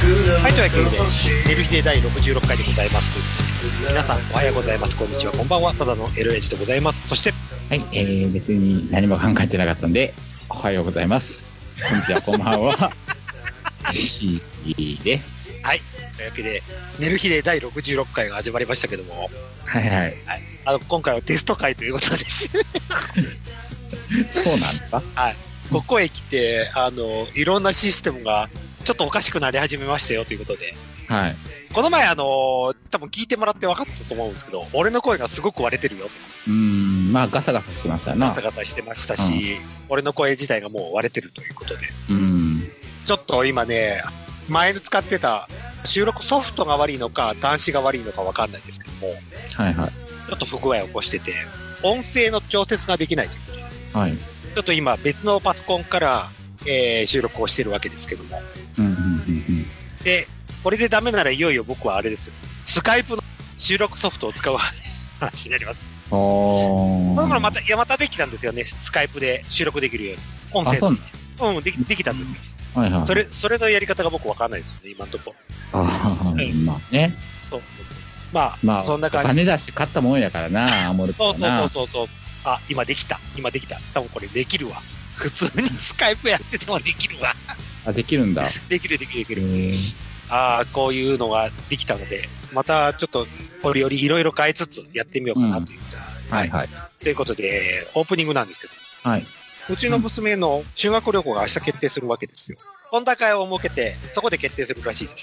はい、というわけで、寝る日で第66回でございますということで、皆さんおはようございます、こんにちは、こんばんは、ただの LH でございます。そして、 はい、別に何も考えてなかったんで、おはようございます。こんにちは、こんばんは。いいです。 はい、というわけで、寝る日で第66回が始まりましたけども、 はいはい。 はい、今回はテスト回ということです。 そうなんですか？ はい。ここへ来て、いろんなシステムがちょっとおかしくなり始めましたよということで。 はい。 この前多分聞いてもらって分かったと思うんですけど、俺の声がすごく割れてるよ。 まあガサガサしてましたな。 ガサガサしてましたし、俺の声自体がもう割れてるということで。ちょっと今ね、前の使ってた収録ソフトが悪いのか、端子が悪いのか分かんないですけども。 はいはい。 ちょっと不具合を起こしてて、音声の調節ができないということで。 はい。 ちょっと今別のパソコンから、収録をしてるわけですけども。で、これでダメならいよいよ僕はあれですよ。スカイプの収録ソフトを使う話になります。だからまたできたんですよね。スカイプで収録できるように。音声の。できたんですよ。 はいはい。 それのやり方が僕わかんないですよね、今のところ。 まあね。 そう。まあ、そんな感じ。 金出して買ったもんやからな、アモルクそう。あ、今できた。多分これできるわ。普通にスカイプやっててもできるわ。 あ、できるんだ。 できる。こういうのができたので、またちょっと、これよりいろいろ変えつつやってみようかなという。 はいはい。 ということで、オープニングなんですけど。 はい。 うちの娘の修学旅行が明日決定するわけですよ。本高会を設けて、そこで決定するらしいです。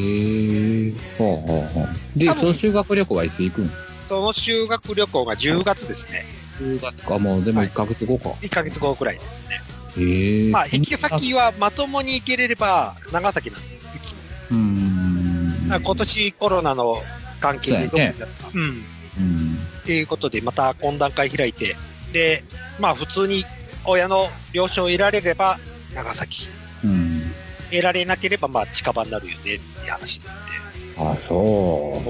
ほう。で、その修学旅行はいつ行くん？ その修学旅行が10月ですね。 10月か、もうでも1ヶ月後か。 1ヶ月後くらいですね。まあ、行き先はまともに行けれれば長崎なんですよ、いつも。今年コロナの関係でどこになった。っていうことで、また懇談会開いて、で、まあ普通に親の了承を得られれば長崎。得られなければまあ近場になるよねって話になって。 あ、そう。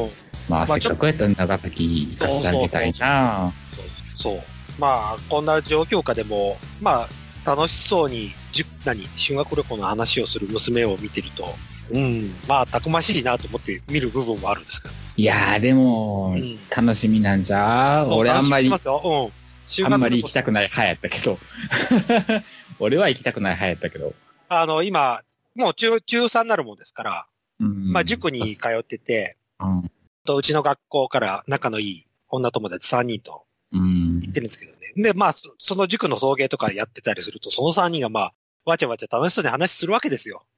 まあせっかくやったら長崎行かせてあげたいな。 そう。まあこんな状況下でも、まあ楽しそうに修学旅行の話をする娘を見てると、まあたくましいなと思って見る部分もあるんですけど。 いやーでも、楽しみなんじゃ俺あんまり行きたくない派やったけど。俺は行きたくない派やったけど。 今、もう中3になるもんですから、まあ塾に通ってて、うちの学校から仲のいい女友達3人と行ってるんですけどね。で、まあ、その塾の送迎とかやってたりすると、その3人がまあ、わちゃわちゃ楽しそうに話するわけですよ。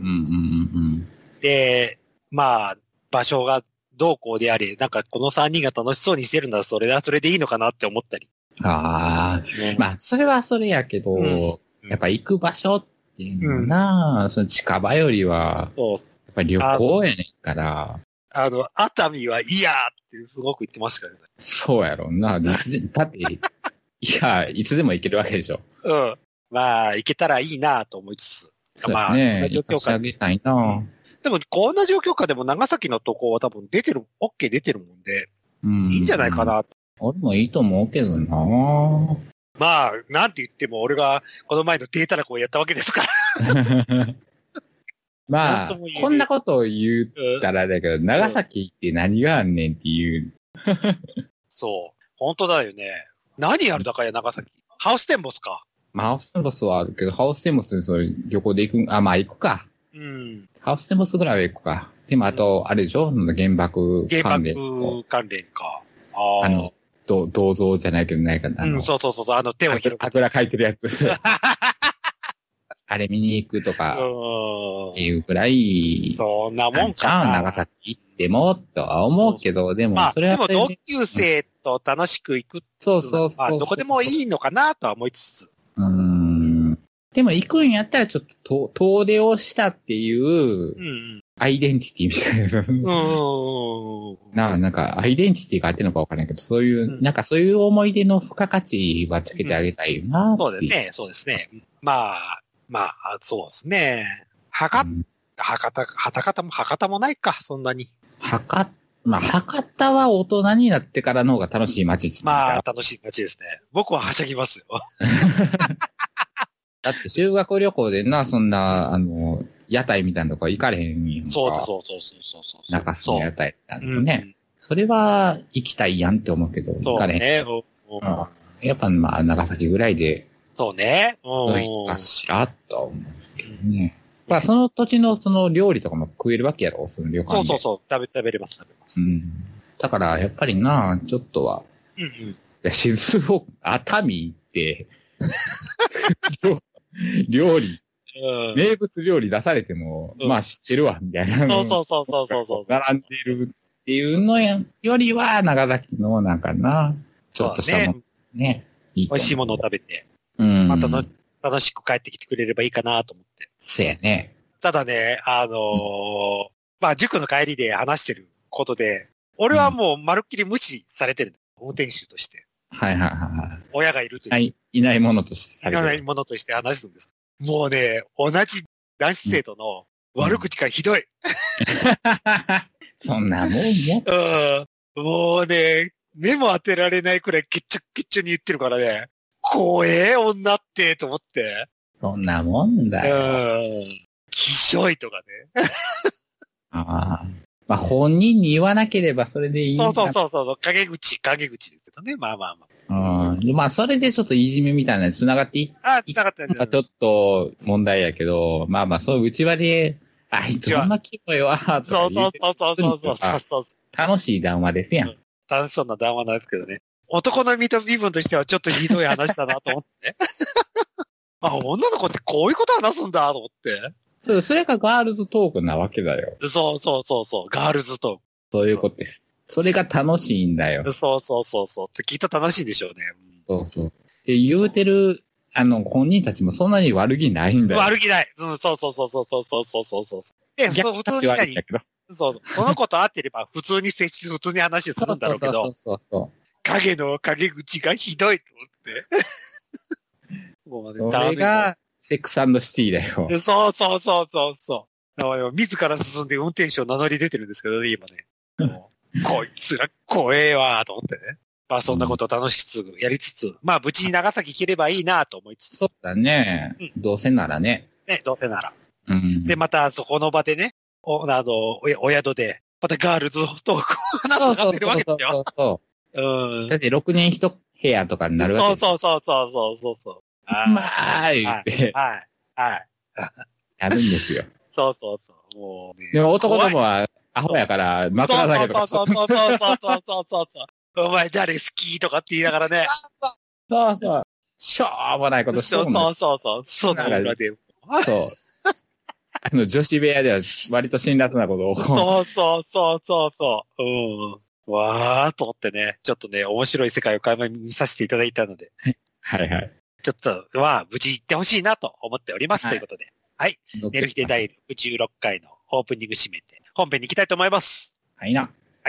で、まあ、場所がどうこうであれ、なんかこの3人が楽しそうにしてるならそれはそれでいいのかなって思ったり。 まあ、それはそれやけど、やっぱ行く場所っていうのな、その近場よりは、やっぱ旅行やねんから。 熱海は嫌ってすごく言ってましたからね。 そうやろうな。だって、いや、いつでも行けるわけでしょ。 まあ、行けたらいいなと思いつつ。 まあ、こんな状況下。 でも、こんな状況下でも長崎のとこは多分OK 出てるもんで、いいんじゃないかな。 俺もいいと思うけどな。 まあ、なんて言っても俺がこの前のデータ落をやったわけですから。 まあ、こんなことを言ったらだけど、長崎って何があんねんっていう。 そう。本当だよね。何あるだかや、長崎。ハウステンボスか。 まあ、ハウステンボスはあるけど、ハウステンボスにそれ旅行で行く、まあ行くか。ハウステンボスぐらいは行くか。でもあと、あれでしょ？原爆関連。 関連か。 銅像じゃないけどないかな。 そう。手を広げて。 あぐらかいてるやつ。あれ見に行くとか、っていうくらい、 そんなもんかな。 長崎行っても、とは思うけど、でも、それは。 でも同級生と楽しく行く。 そう。 どこでもいいのかなとは思いつつ。 でも行くんやったらちょっと遠出をしたっていう、アイデンティティみたいな。なんか、アイデンティティがあってんのかわからないけど、そういう、なんかそういう思い出の付加価値はつけてあげたいよな。 そうですね。まあ、そうですね。博多もないか、そんなに。 博多は大人になってからの方が楽しい街ですね。 まあ、楽しい街ですね。僕ははしゃぎますよ。 だって修学旅行でな、そんな、 屋台みたいなとこ行かれへんやんか。 そう。 中洲の屋台なんてね。それは行きたいやんって思うけど、行かれへん。やっぱまあ、長崎ぐらいで。 そうね。 いいかしらと思うんですけどね。まあ、その土地のその料理とかも食えるわけやろ、その旅館で。 そう。食べれます。 だから、やっぱりな、ちょっとは。静岡、熱海行って、料理、名物料理出されても、まあ知ってるわ、みたいな。 そう。 並んでるっていうのよりは、長崎のなんかな、ちょっとしたもんね。 美味しいものを食べて、また楽しく帰ってきてくれればいいかなと思って。 そうやね。 ただね、まあ塾の帰りで話してることで、俺はもうまるっきり無視されてる。運転手として。 はい。 親がいるという。 いないものとして。 いないものとして話すんです。もうね、同じ男子生徒の悪口がひどい。 そんなもんや。 もうね、目も当てられないくらいケッチョに言ってるからね、怖え女ってと思って。 そんなもんだよ。 きしょいとかね。 まあ本人に言わなければそれでいい。 そう。陰口ですけどね。まあ。 まあそれでちょっといじめみたいなのに繋がっていっ繋がってちょっと問題やけど、まあそう内輪で、あいつこんなキモいわ、とかそう。 楽しい談話ですやん。 楽しそうな談話なんですけどね。男の身分としてはちょっとひどい話だなと思ってね。女の子ってこういうこと話すんだと思って。 それがガールズトークなわけだよ。 そう。ガールズトーク。 そういうことです。それが楽しいんだよ。 そう。ってきっと楽しいでしょうね。 そう。で、言うてる、本人たちもそんなに悪気ないんだよ。 悪気ない。そう。で、 普通に何そう。この子と会ってれば普通に接して普通に話するんだろうけど、影口がひどいと思って。もうね、 それが、セックス&シティだよ。 そう。自ら進んで運転手を名乗り出てるんですけどね、今ね。こいつら怖えわと思ってね。まあそんなことを楽しくやりつつ、まあ無事に長崎行ければいいなと思いつつ。 そうだね。どうせならね。 どうせなら。で、またそこの場でね、お宿で、またガールズトークを話してるわけですよ。 そう。だって6人1部屋とかになるわけですよ。 そう。 言って。 はい。 やるんですよ。 そう。もうね。 でも男どもはアホやから枕だけとか。 そう。お前誰好きとかって言いながらね。 そう。しょうもないことしてるもんね。 そう。その裏で。 そう。女子部屋では割と辛辣なことを。 そう。わーと思ってね、ちょっとね、面白い世界を垣間見させていただいたので。 はい。 ちょっと無事行ってほしいなと思っております、ということで。はい。寝る日で第16回のオープニング締めて、本編に行きたいと思います。 はいな。 はい。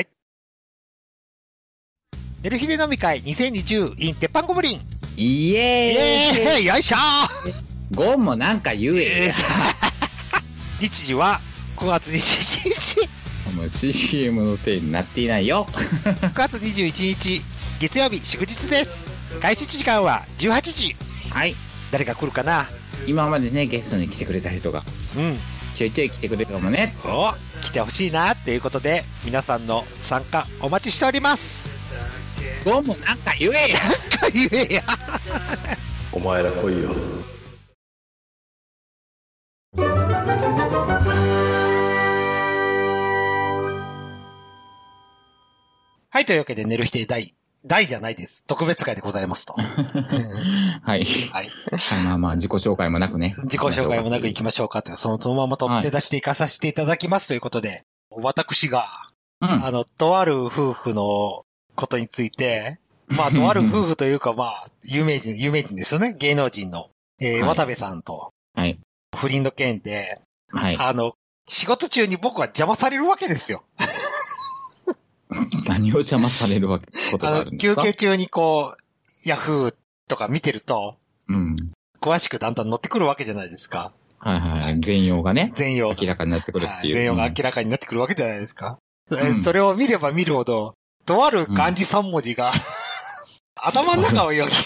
寝る日で飲み会2020 in 鉄板ゴブリン。 イエーイよいしょーゴンもなんか言え。 日時は9月21日。 もう CM の手になっていないよ。 9月21日、月曜日祝日です。開始時間は18時。 はい。 誰が来るかな？ 今までね、ゲストに来てくれた人が。ちょいちょい来てくれるかもね。 来てほしいなということで、皆さんの参加お待ちしております。 ゴンもなんか言えや。 なんか言えや。 お前ら来いよ。 はい、というわけで寝る日で大じゃないです。特別会でございますと。 はい。まあ、自己紹介もなくね。 自己紹介もなく行きましょうかという、そのまま取って出していかさせていただきますということで、私が、とある夫婦のことについて、まあ、とある夫婦というか、まあ、有名人ですよね。芸能人の、渡部さんと、不倫の件で、仕事中に僕は邪魔されるわけですよ。 何を邪魔されることがあるんですか？ 休憩中にこう、ヤフーとか見てると、詳しくだんだん載ってくるわけじゃないですか。 はい。全容がね。 明らかになってくるっていう。 全容が明らかになってくるわけじゃないですか。それを見れば見るほど、とある漢字3文字が、頭の中をよぎって、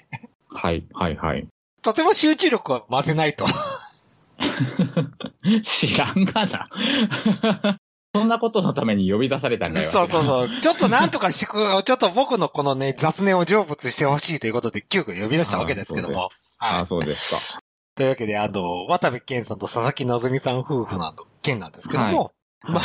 はい。 とても集中力は増せないと。 知らんがな。そんなことのために呼び出されたんだよ。 そう。ちょっとなんとかしてちょっと僕のこのね、雑念を成仏してほしいということで、急遽呼び出したわけですけども。 はい。そうですか。 というわけで、渡部健さんと佐々木希さん夫婦件なんですけども。はい、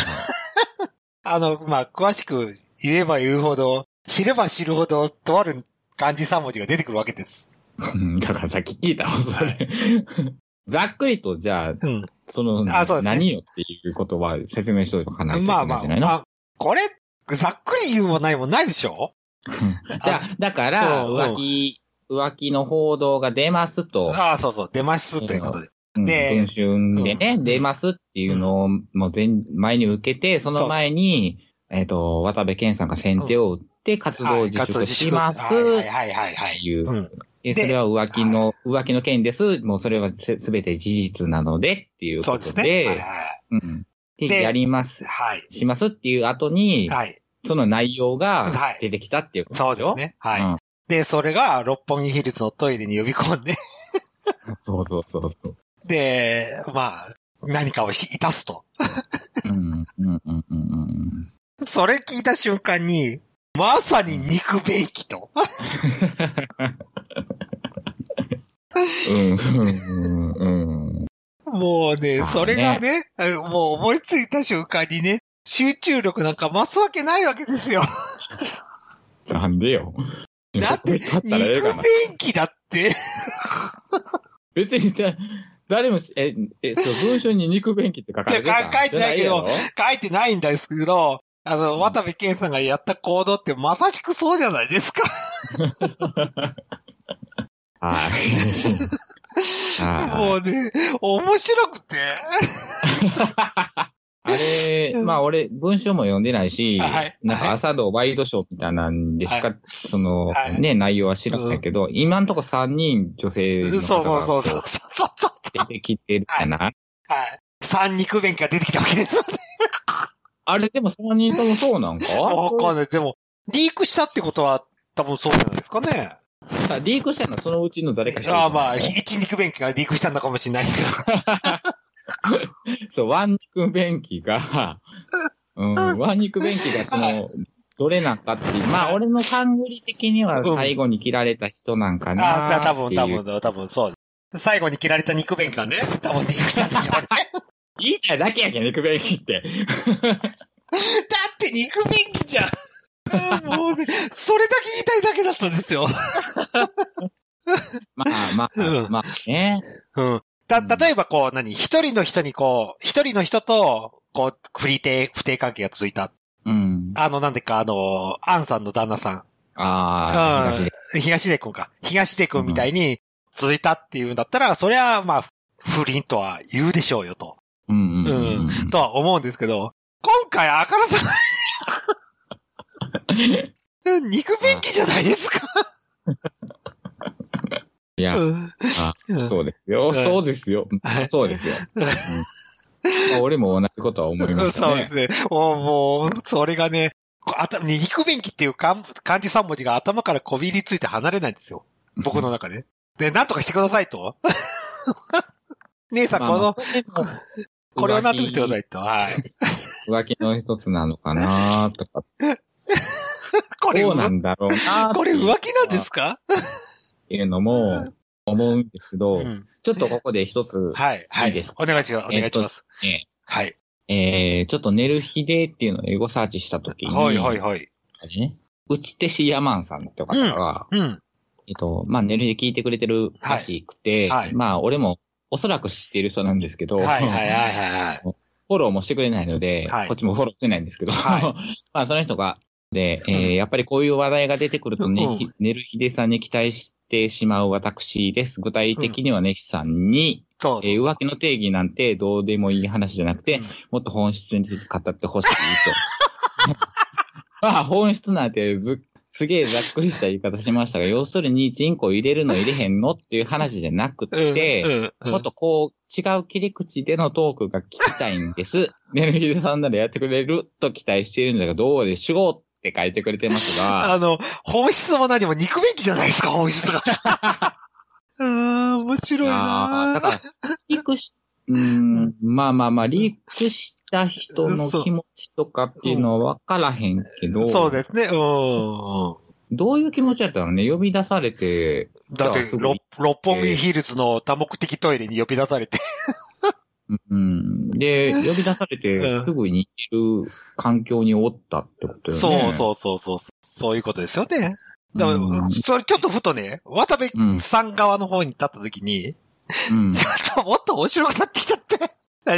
詳しく言えば言うほど、知れば知るほど、とある漢字3文字が出てくるわけです。 だからさっき聞いたわ、それ。ざっくりと、じゃあ、 そうですね、 何よっていうことは説明しといておかないといけないんじゃないの？ これ、ざっくり言うもないでしょ？ だから、浮気の報道が出ますと。 そう、出ますということで。 で、文春でね、出ますっていうのをもう前に受けて、その前に、渡部健さんが先手を打って活動自粛します。っていう。それは浮気の件です。もうそれはすべて事実なのでっていうことで。そうですね。で、やります。しますっていう後に、その内容が出てきたっていうことですよ。そうですね。はい。で、それが六本木ヒルズのトイレに呼び込んで。 そう。 で、何かをいたすと。それ聞いた瞬間に、まさに肉便器と。もうね、それがね、もう思いついた瞬間にね、集中力なんか増すわけないわけですよ。 なんでよ。 だって、肉便器だって。 別に、誰も、文章に肉便器って書かれてた？ 書いてないけど、書いてないんですけど、渡部健さんがやった行動ってまさしくそうじゃないですか。 はい。 もうね、面白くて。 あれ、俺、文章も読んでないし、なんか朝のワイドショーみたいなんでしか、内容は知らないけど、今んとこ3人女性の方が出てきてるかな。 3肉便器が出てきたわけですよね。 あれ、でも3人ともそうなんか？ わかんない。でも、リークしたってことは多分そうじゃないですかね。 リークしたのはそのうちの誰か一人。 1肉便器がリークしたのかもしれないですけど。そう、ワン肉便器が、ワン肉便器がどれなんかっていう。俺の勘繰り的には最後に切られた人なんかな。 多分そう。最後に切られた肉便器がね、多分リークしたんでしょうね。 言いたいだけやけん、肉便器って。 だって肉便器じゃん。もうね、それだけ言いたいだけだったんですよ。 ね。 例えば一人の人と、不定関係が続いた。なんでか、アンさんの旦那さん。東出くんか。東出くんみたいに続いたっていうんだったら、それは不倫とは言うでしょうよと。とは思うんですけど、今回、あからさ肉便器じゃないですか。 いや、そうですよ。そうですよ。そうですよ。俺も同じことは思いましたね。 そうですね。もう、それがね、肉便器っていう漢字3文字が頭からこびりついて離れないんですよ。僕の中で。で、なんとかしてくださいと。姉さん、これをなんとかしてくださいと。はい。 浮気の一つなのかなとか。どうなんだろうな。 これ浮気なんですか？ っていうのも思うんですけど、ちょっとここで一ついいですか？ お願いします。はい。 ちょっと寝る日でっていうのをエゴサーチしたときに、内手シヤマンさんって方が、寝る日で聞いてくれてるらしくて、俺もおそらく知っている人なんですけど、フォローもしてくれないので、こっちもフォローしてないんですけど、その人が、やっぱりこういう話題が出てくるとね、寝る日でさんに期待してしまう私です。具体的にはね、さんに、浮気の定義なんてどうでもいい話じゃなくて、もっと本質について語ってほしいと。本質なんてすげえざっくりした言い方しましたが、要するにチンコ入れるの入れへんのっていう話じゃなくて、もっと違う切り口でのトークが聞きたいんです。寝る日でさんならやってくれると期待しているんだがどうでしょうって書いてくれてますが。 本質も何も肉便器じゃないですか、本質が。面白いなだから、 まあ、リークした人の気持ちとかっていうのは分からへんけど。 そうですね、 どういう気持ちだったのね、呼び出されて。 だって、六本木ヒルズの多目的トイレに呼び出されて。 で、呼び出されて、すぐに行ける環境におったってことよね。 そう。そういうことですよね。でも、それちょっとふとね、渡部さん側の方に立った時に、ちょっともっと面白くなってきちゃって。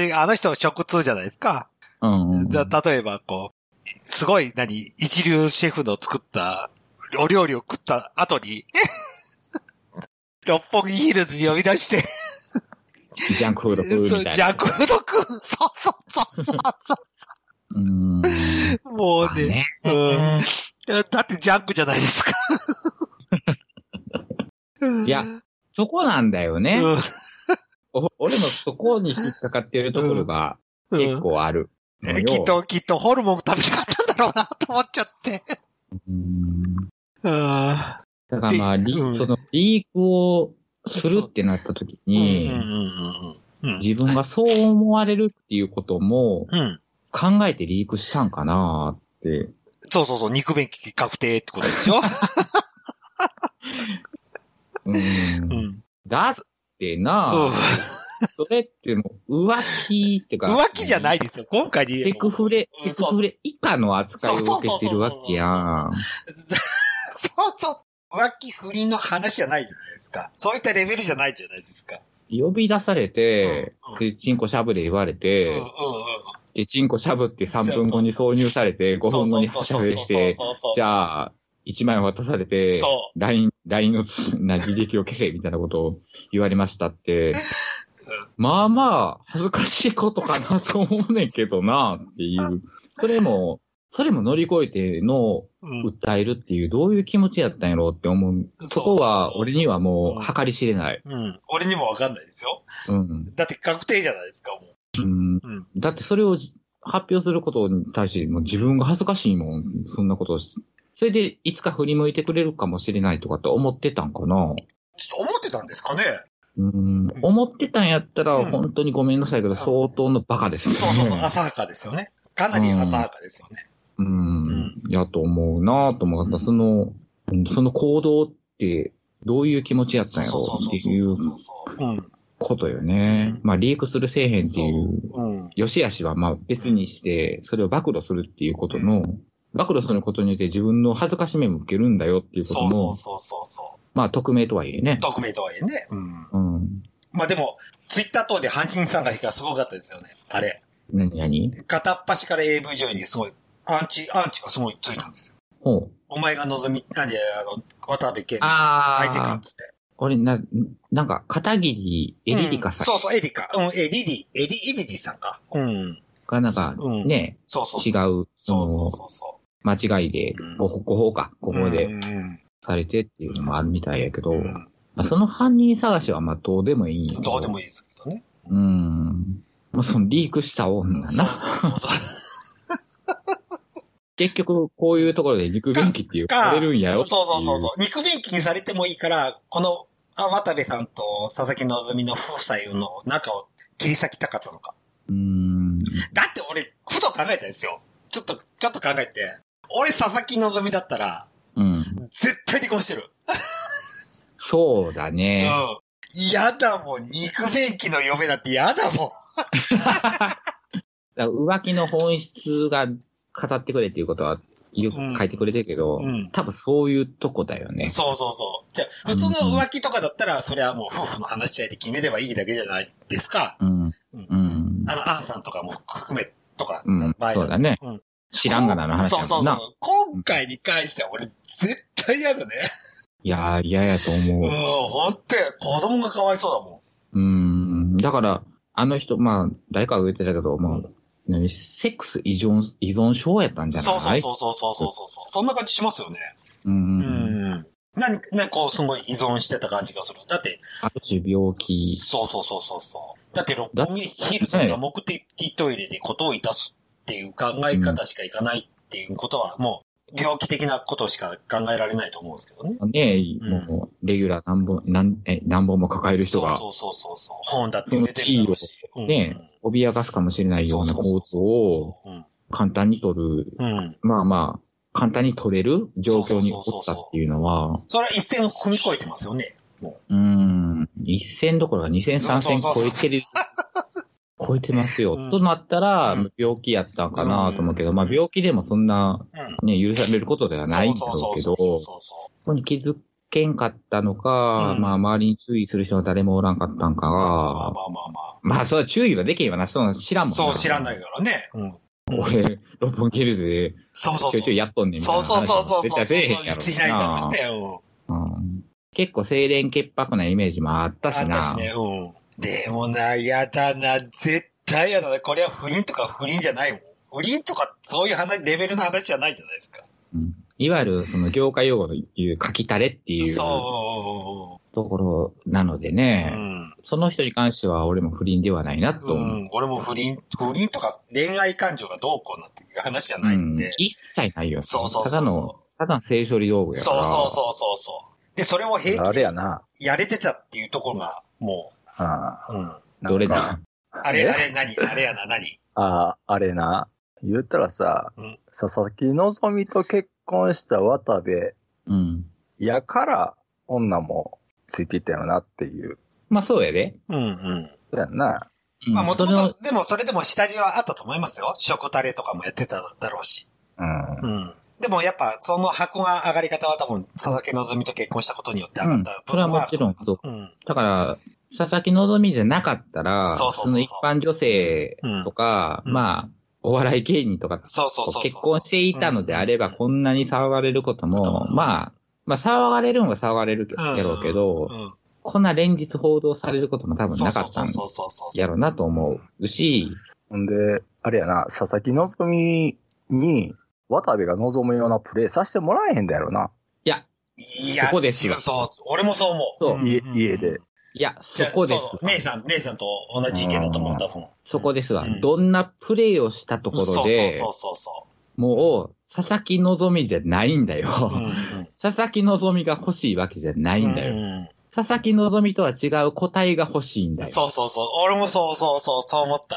あの人食通じゃないですか。例えば、すごい、一流シェフの作ったお料理を食った後に、六本木ヒルズに呼び出して、 ジャンクフード食うみたいな。 ジャンクフード食う。そう。もうね、だってジャンクじゃないですか。 いや、そこなんだよね。俺もそこに引っかかってるところが結構ある。 きっとホルモン食べたかったんだろうなと思っちゃって。 だからまあ、そのリークをするってなった時に、自分がそう思われるっていうことも考えてリークしたんかなって。 そう、肉便器確定ってことですよ。 だってな、それってもう浮気ってか。 浮気じゃないですよ、今回で言うと。テクフレ以下の扱いを受けてるわけやん。 そう。浮気不倫の話じゃないじゃないですか。そういったレベルじゃないじゃないですか。 呼び出されて、で、チンコしゃぶで言われて、で、チンコしゃぶって3分後に挿入されて、5分後にしゃべして、じゃあ、1枚渡されて、LINE の履歴を消せみたいなことを言われましたって、まあ、恥ずかしいことかなと思うねんけどな、っていう。それも乗り越えての訴えるっていうどういう気持ちやったんやろうって思う。そこは俺にはもう計り知れない。 俺にもわかんないですよ。だって確定じゃないですか、もう。だってそれを発表することに対してもう自分が恥ずかしいもん。そんなことをそれでいつか振り向いてくれるかもしれないとかって思ってたんかな。 思ってたんですかね。 思ってたんやったら本当にごめんなさいけど相当のバカですね。 そう、浅はかですよね。かなり浅はかですよね。 やと思うなと思った。その行動ってどういう気持ちやったんやろうっていうことよね。まあリークするせえへんっていう、良し悪しはまあ別にして、それを暴露するっていうことの、暴露することによって自分の恥ずかしめも受けるんだよっていうことも、まあ匿名とはいえね。 匿名とはいえね。まあでも、ツイッター等で阪神さんがすごかったですよね。あれ。 何片っ端から AV 上にすごい、アンチがすごいついたんですよ。お前が望み、渡辺謙の相手かっつって。 俺なんか、片桐エリリカさん。 そう、エリカ。エリリさんか。 がなんか、ね、違う、間違いで、誤報で、されてっていうのもあるみたいやけど、その犯人探しはまあどうでもいい。 どうでもいいですけどね。 まあそのリークした女な。結局、こういうところで肉便器って言われるんやよ。 そう。肉便器にされてもいいから、この、渡部さんと佐々木希の夫妻の仲を切り裂きたかったのか。だって俺、ふと考えたんですよ。ちょっと考えて。俺、佐々木希だったら、絶対離婚してる。 そうだね。 嫌だもん。肉便器の嫁だって嫌だもん。浮気の本質が語ってくれっていうことはよく書いてくれてるけど、多分そういうとこだよね。 そう。じゃあ、普通の浮気とかだったら、それはもう夫婦の話し合いで決めればいいだけじゃないですか。アンさんとかも含めとか、 そうだね。知らんがなの話だもんな。 そう。今回に関しては俺絶対嫌だね。 いやー、嫌やと思う。 ほんと子供がかわいそうだもん。だから、あの人、まあ、誰かが言ってたけど、まあ、セックス依存症やったんじゃない？ そう。そんな感じしますよね。こう、すごい依存してた感じがする。だって、 ある種病気。 そう。だって六本木ヒルズが目的トイレでことをいたすっていう考え方しかいかないっていうことは、もう、病気的なことしか考えられないと思うんですけどね。 もう、レギュラー何本も抱える人が。 そう。本だって売れてるだろうし。 ね、脅かすかもしれないような行動を簡単に取る。まあまあ、簡単に取れる状況におったっていうのは。 それは一線を踏み越えてますよね。 一線どころか二線三線超えてる。超えてますよ。となったら、病気やったんかなと思うけど、まあ病気でもそんな、ね、許されることではないんだろうけど、ここに気づけんかったのか、まあ周りに注意する人が誰もおらんかったんかが、まあそれは注意はできへんわな、その知らんもんな。 そう、知らないからね。 俺、六本木ヒルズで、ちょいちょいやっとんねんみたいな。そう。絶対せえへんやろな。結構清廉潔白なイメージもあったしな。あったしね、 でもな、やだな、絶対やだな。これは不倫とか不倫じゃないもん。不倫とかそういう話、レベルの話じゃないじゃないですか。 いわゆる、その業界用語で言う書き垂れっていうところなのでね、その人に関しては俺も不倫ではないなと思う。 俺も不倫とか恋愛感情がどうこうなっていう話じゃないんで。 一切ないよ。ただの性処理道具やから。 そう。で、それを平気でやれてたっていうところが、もう、 どれだあれやな、何あれな。言ったらさ、佐々木希と結婚した渡部、やから女もついていったよなっていう。 まあそうやで。 そうやんな。 まあもともと、でもそれでも下地はあったと思いますよ。食タレとかもやってただろうし。でもやっぱその箱が上がり方は多分佐々木希と結婚したことによって上がったそれはもちろんそう。だから、佐々木希じゃなかったら、その一般女性とか、まあ、お笑い芸人とか結婚していたのであれば、こんなに騒がれることも、まあ騒がれるのは騒がれるやろうけど、こんな連日報道されることも多分なかったんやろうなと思うし。 んで、あれやな、佐々木希に、渡部が望むようなプレイさせてもらえへんだやろな。 いや、そこですよ。 そう、俺もそう思う。 家で。 いや、そこです。 姉さんと同じ意見だと思ったもん。 そこですわ。どんなプレイをしたところで、もう、佐々木希じゃないんだよ。佐々木希が欲しいわけじゃないんだよ。佐々木希とは違う個体が欲しいんだよ。 そう。俺もそう思った。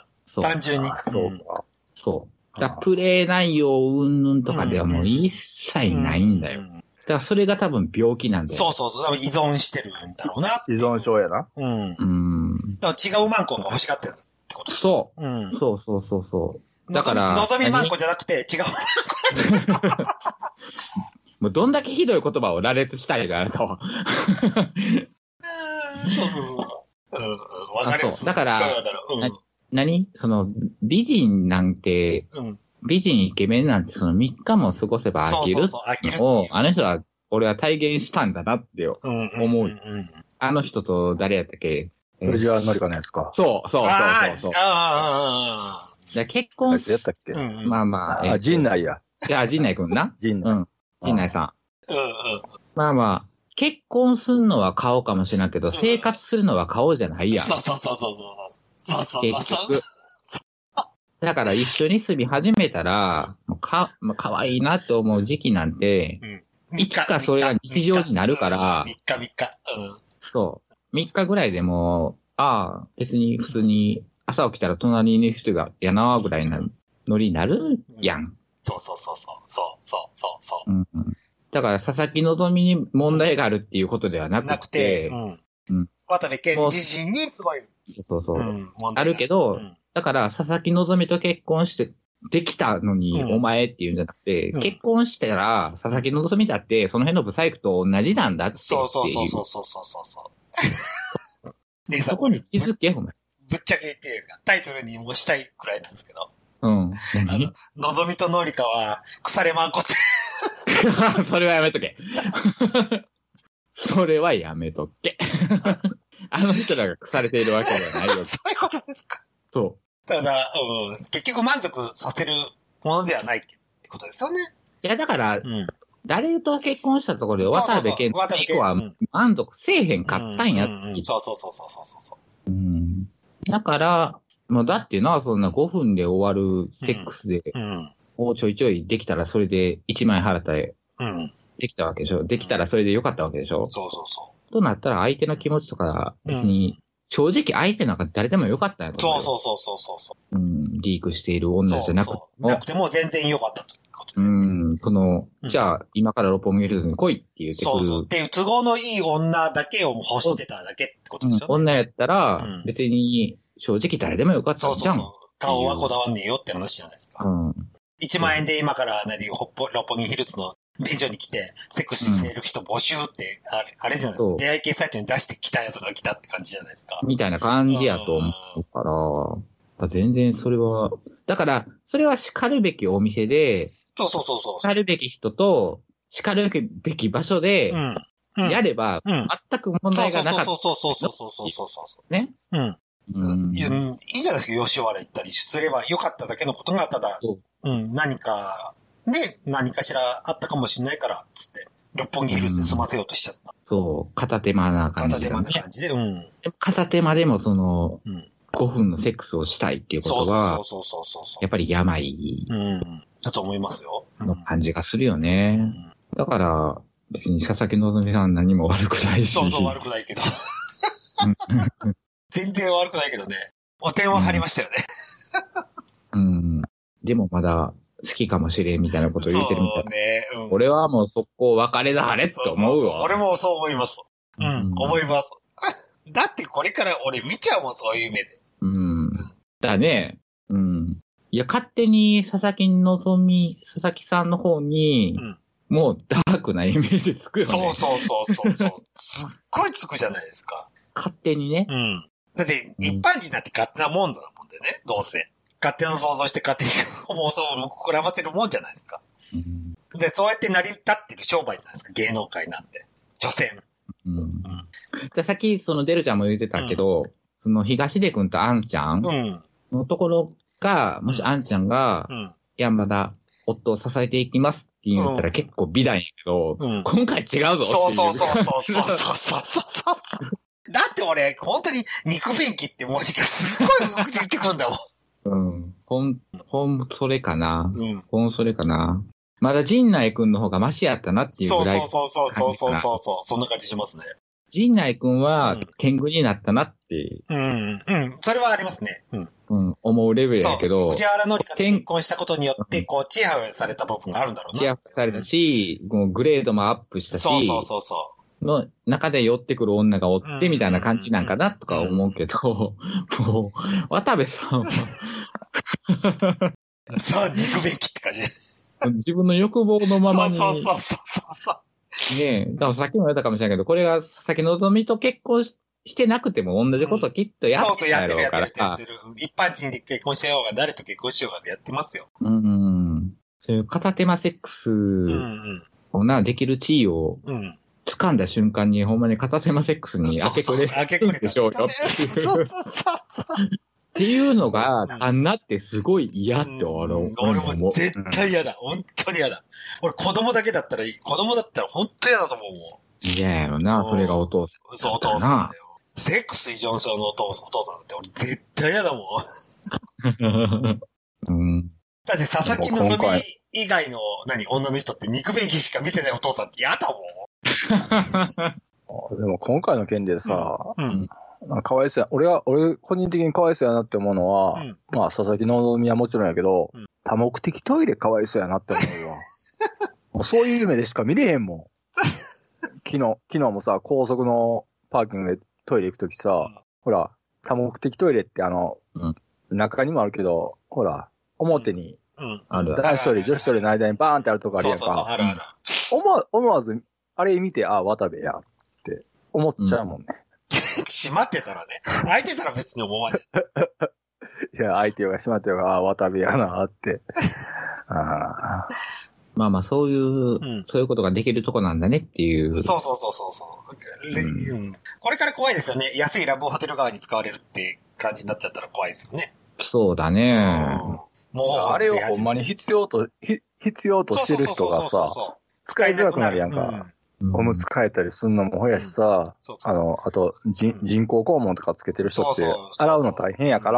単純に。 そう。だプレイ内容うんぬんとかではもう一切ないんだよ。だからそれが多分病気なんだよ。 そう。多分依存してるんだろうな。 依存症やな。 だから違うマンコが欲しがってるってことそう。そう。だから。 のぞみマンコじゃなくて違うマンコ。 もうどんだけひどい言葉を羅列したいか、あなたは。 わかる。 だから、その、美人なんて、美人イケメンなんてその3日も過ごせば飽きるを、あの人は、俺は体現したんだなって思う。あの人と誰やったっけ？ 藤原紀香のやつか。 そう。結婚やったっけ？ まあ。 陣内や。 いや、陣内くんな。陣内さん。まあ。結婚するのは顔かもしれないけど、生活するのは顔じゃないやん。 そう。 結局。だから一緒に住み始めたら、かわいいなって思う時期なんて、いつかそれが日常になるから、 3日。 そう。3日ぐらいでも、別に普通に朝起きたら隣にいる人がやなーぐらいなノリになるやん。 そう。 だから佐々木希に問題があるっていうことではなくて、 渡部健自身にすごい。 そう。あるけど、だから佐々木希と結婚してできたのにお前っていうんじゃなくて、結婚したら佐々木希だってその辺のブサイクと同じなんだって。そう。そこに気づけ、お前。 ぶっちゃけっていうか、タイトルにもしたいくらいなんですけど。 のぞみとのりかは、腐れまんこって。 それはやめとけ。それはやめとけ。あの人らが腐れているわけではないよ。 そういうことですか。 そう。 ただ、結局満足させるものではないってことですよね。 いや、だから、誰と結婚したところで渡部健以降は満足せえへんかったんやって。 そう。 だから、もうだってな、そんな5分で終わるセックスで、ちょいちょいできたらそれで1万円払ったら、できたわけでしょ。できたらそれでよかったわけでしょ。 そう。 となったら相手の気持ちとか別に正直相手なんか誰でもよかったんやと思うよ。 そう。 リークしている女じゃなくても。 なくても全然よかったということで。じゃあ、今から六本木ヒルズに来いって言ってくる。 そう。っていう都合のいい女だけを欲してただけってことですよね。 女やったら、別に正直誰でもよかったんじゃん。そう。 顔はこだわんねえよって話じゃないですか。1万円で今から六本木ヒルズの便所に来て、セクシーしている人募集って、あれじゃないですか。出会い系サイトに出してきたやつが来たって感じじゃないですか。 みたいな感じやと思うから、全然それは、だから、それは叱るべきお店で、 そう。 叱るべき人と、叱るべき場所で、やれば、全く問題がなかった。 そう。ね。いいじゃないですか、吉原行ったりすればよかっただけのことが、ただ、何かしらあったかもしれないから、つって、六本木ヒルズで済ませようとしちゃった。 そう、片手間な感じ、 片手間な感じで、 片手間でも5分のセックスをしたいっていうことは、やっぱり病、 だと思いますよ。 の感じがするよね。だから、別に佐々木希さん何も悪くないし。 そう、悪くないけど。全然悪くないけどね。お点は張りましたよね。 でもまだ好きかもしれんみたいなことを言ってるみたいな。 そうね。 俺はもう速攻別れだはれって思うわ。 俺もそう思います。思います。だってこれから俺見ちゃうもん、そういう目で。 だね。いや、勝手に佐々木さんの方に、もうダークなイメージつくよね。 そう。すっごいつくじゃないですか。 勝手にね。 だって、一般人だって勝手なもんだもんでね、どうせ。勝手な想像して勝手に妄想を膨らませるもんじゃないですか。で、そうやって成り立ってる商売じゃないですか、芸能界なんて。所詮。 じゃあさっき、デルちゃんも言ってたけど、東出くんとあんちゃんのところが、もしあんちゃんが、いや、まだ夫を支えていきますって言ったら結構美談やけど、今回違うぞっていう。 そう。だって俺、本当に肉便器って文字がすっごい動くて言ってくるんだもん。 それかな。それかな。まだ陣内くんの方がマシやったなっていうぐらい。 そう。そんな感じしますね。 陣内くんは天狗になったなって。 それはありますね。 思うレベルやけど。 藤原紀香と結婚したことによって、チヤホヤされた部分があるんだろうな。 チヤホヤされたし、グレードもアップしたし。 そう。 の中で寄ってくる女がおってみたいな感じなんかなとか思うけど、もう、渡部さんはさあ、肉便器って感じ。 自分の欲望のままに。 そう。 ねえ、だからさっきも言ったかもしれないけど、これが佐々木希と結婚してなくても同じこときっとやってるやろうから。 やってる。一般人で結婚しようが、誰と結婚しようがでやってますよ。 そういう片手間セックスをできる地位を、掴んだ瞬間にほんまに片手間セックスに明け暮れるでしょうよ。っていうのが、あんなってすごい嫌って俺も絶対嫌だ。本当に嫌だ。俺子供だけだったらいい。子供だったら本当嫌だと思うもん。 嫌やろな、それがお父さん。 そう、お父さんだよ。セックス依存症のお父さんだって俺絶対嫌だもん。だって佐々木希以外の女の人って肉便器しか見てないお父さんって嫌だもん。 でも今回の件でさ、かわいそうや。俺個人的にかわいそうやなって思うのは、まあ佐々木希はもちろんやけど、多目的トイレかわいそうやなって思うわ。そういう夢でしか見れへんもん。昨日もさ、高速のパーキングでトイレ行くときさ、ほら、多目的トイレって中にもあるけど、ほら、表に、男子トイレ、女子トイレの間にバーンってあるとこあるやんか。 ある。 思わず、あれ見て、渡部や、って思っちゃうもんね。 閉まってたらね。開いてたら別に思わない。 いや、開いてようが閉まってようが、渡部やな、って。 まあ、そういうことができるとこなんだねっていう。 そう。これから怖いですよね。安いラブホテル側に使われるって感じになっちゃったら怖いですよね。 そうだね。 もう、あれをほんまに必要としてる人がさ、使いづらくなるやんか。おむつ替えたりすんのもほやしさ、あと、人工肛門とかつけてる人って、洗うの大変やから、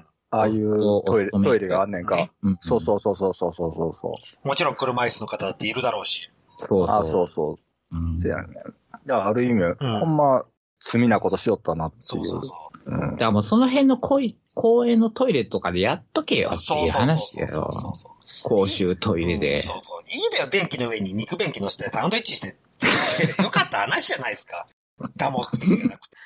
ああいうトイレがあんねんか。そう。 もちろん車椅子の方だっているだろうし。 そう。 そう。せやねん。だからある意味、ほんま、 罪なことしよったなっていう。 そうそうそう。 だからもうその辺の公園のトイレとかでやっとけよっていう話だよ。公衆トイレで。 そうそう。いいだよ、便器の上に肉便器の下でサンドイッチしてよかった話じゃないですか。多目的じゃなくて。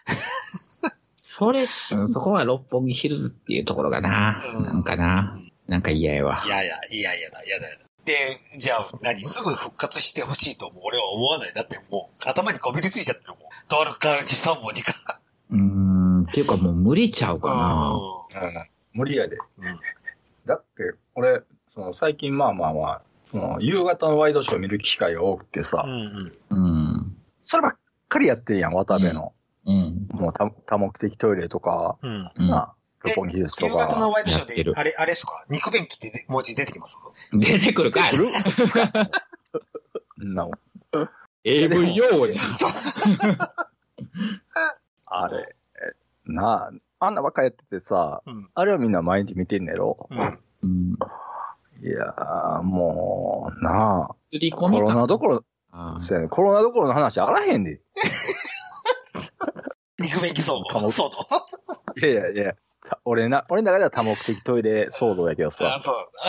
そこは六本木ヒルズっていうところがな。なんか嫌やわ。 いやだ。で、じゃあすぐ復活してほしいと俺は思わない。だってもう頭にこびりついちゃってるもん。とある感じ3文字か。 っていうかもう無理ちゃうかな。 無理やで。だって、俺、最近夕方のワイドショー見る機会が多くてさ、そればっかりやってんやん、渡部の。もう多目的トイレとか、六本木ヒルズとか。 夕方のワイドショーで、あれですか肉便器って文字出てきます出てくるかいAV 用語じゃん。 あれ、あんなばっかやっててさ、あれはみんな毎日見てんねやろ。いやー、もう、コロナどころの話あらへんで。 肉便器騒動。 いや、俺の中では多目的トイレ騒動やけどさ。